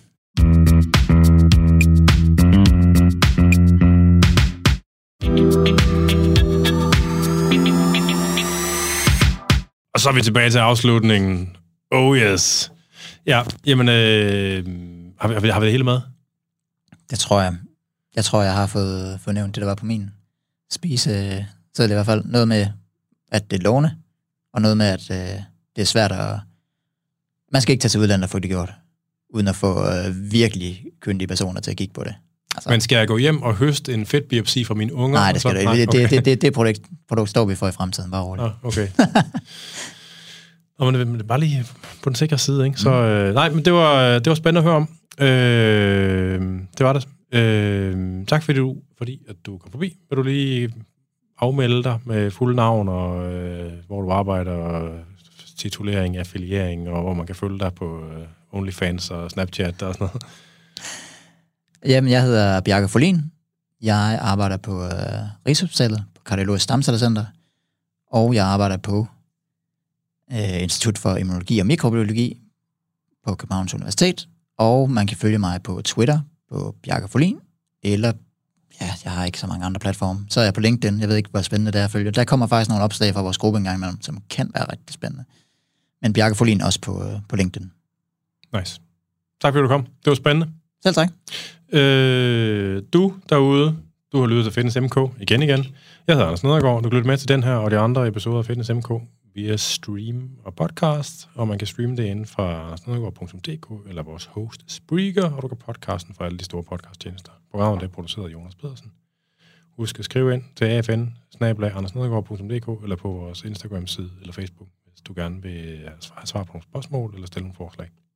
Og så er vi tilbage til afslutningen. Oh yes. Ja, jamen, øh, har, vi, har, vi, har vi det hele med? Det tror jeg. Jeg tror, jeg har fået, fået nævnt det, der var på min spise. Så er det i hvert fald noget med, at det er lovende, og noget med, at øh, det er svært at... Man skal ikke tage til udlandet og få det gjort, uden at få øh, virkelig kyndige personer til at kigge på det. Altså, men skal jeg gå hjem og høste en fedtbiopsi fra mine unger? Nej, det skal du ikke. Det, okay. det, det, det, det produkt, produkt står vi for i fremtiden, bare roligt. Ah, okay. Nå, men det er bare lige på den sikre side, ikke? Så øh, nej, men det var, det var spændende at høre om. Øh, det var det. Øh, tak fordi du, fordi at du kom forbi. Vil du lige afmelde dig med fuld navn, og øh, hvor du arbejder, og titulering, affiliering, og hvor man kan følge dig på øh, OnlyFans og Snapchat og sådan noget? Jamen, jeg hedder Bjarke Folin. Jeg arbejder på øh, Rigshospitalet, på Kardiologisk Stamcellecenter, og jeg arbejder på øh, Institut for Immunologi og Mikrobiologi på Københavns Universitet, og man kan følge mig på Twitter, på Bjarke Folin, eller, ja, jeg har ikke så mange andre platforme. Så er jeg på LinkedIn, jeg ved ikke, hvor spændende det er at følge. Der kommer faktisk nogle opslag fra vores gruppe en gang imellem, som kan være rigtig spændende. Men Bjarke Folin også på, øh, på LinkedIn. Nice. Tak fordi du kom. Det var spændende. Selv tak. Øh, du derude, du har lyttet til Fitness M K igen igen. Jeg hedder Anders Nedergaard, du kan lytte med til den her og de andre episoder af Fitness M K via stream og podcast, og man kan streame det inden fra snedergaard punktum d k eller vores host Spreaker, og du kan podcasten fra alle de store podcasttjenester. Programmet er produceret af Jonas Pedersen. Husk at skrive ind til a f n bindestreg anders nedergaard punktum d k eller på vores Instagram-side eller Facebook, hvis du gerne vil have svar på nogle spørgsmål eller stille nogle forslag.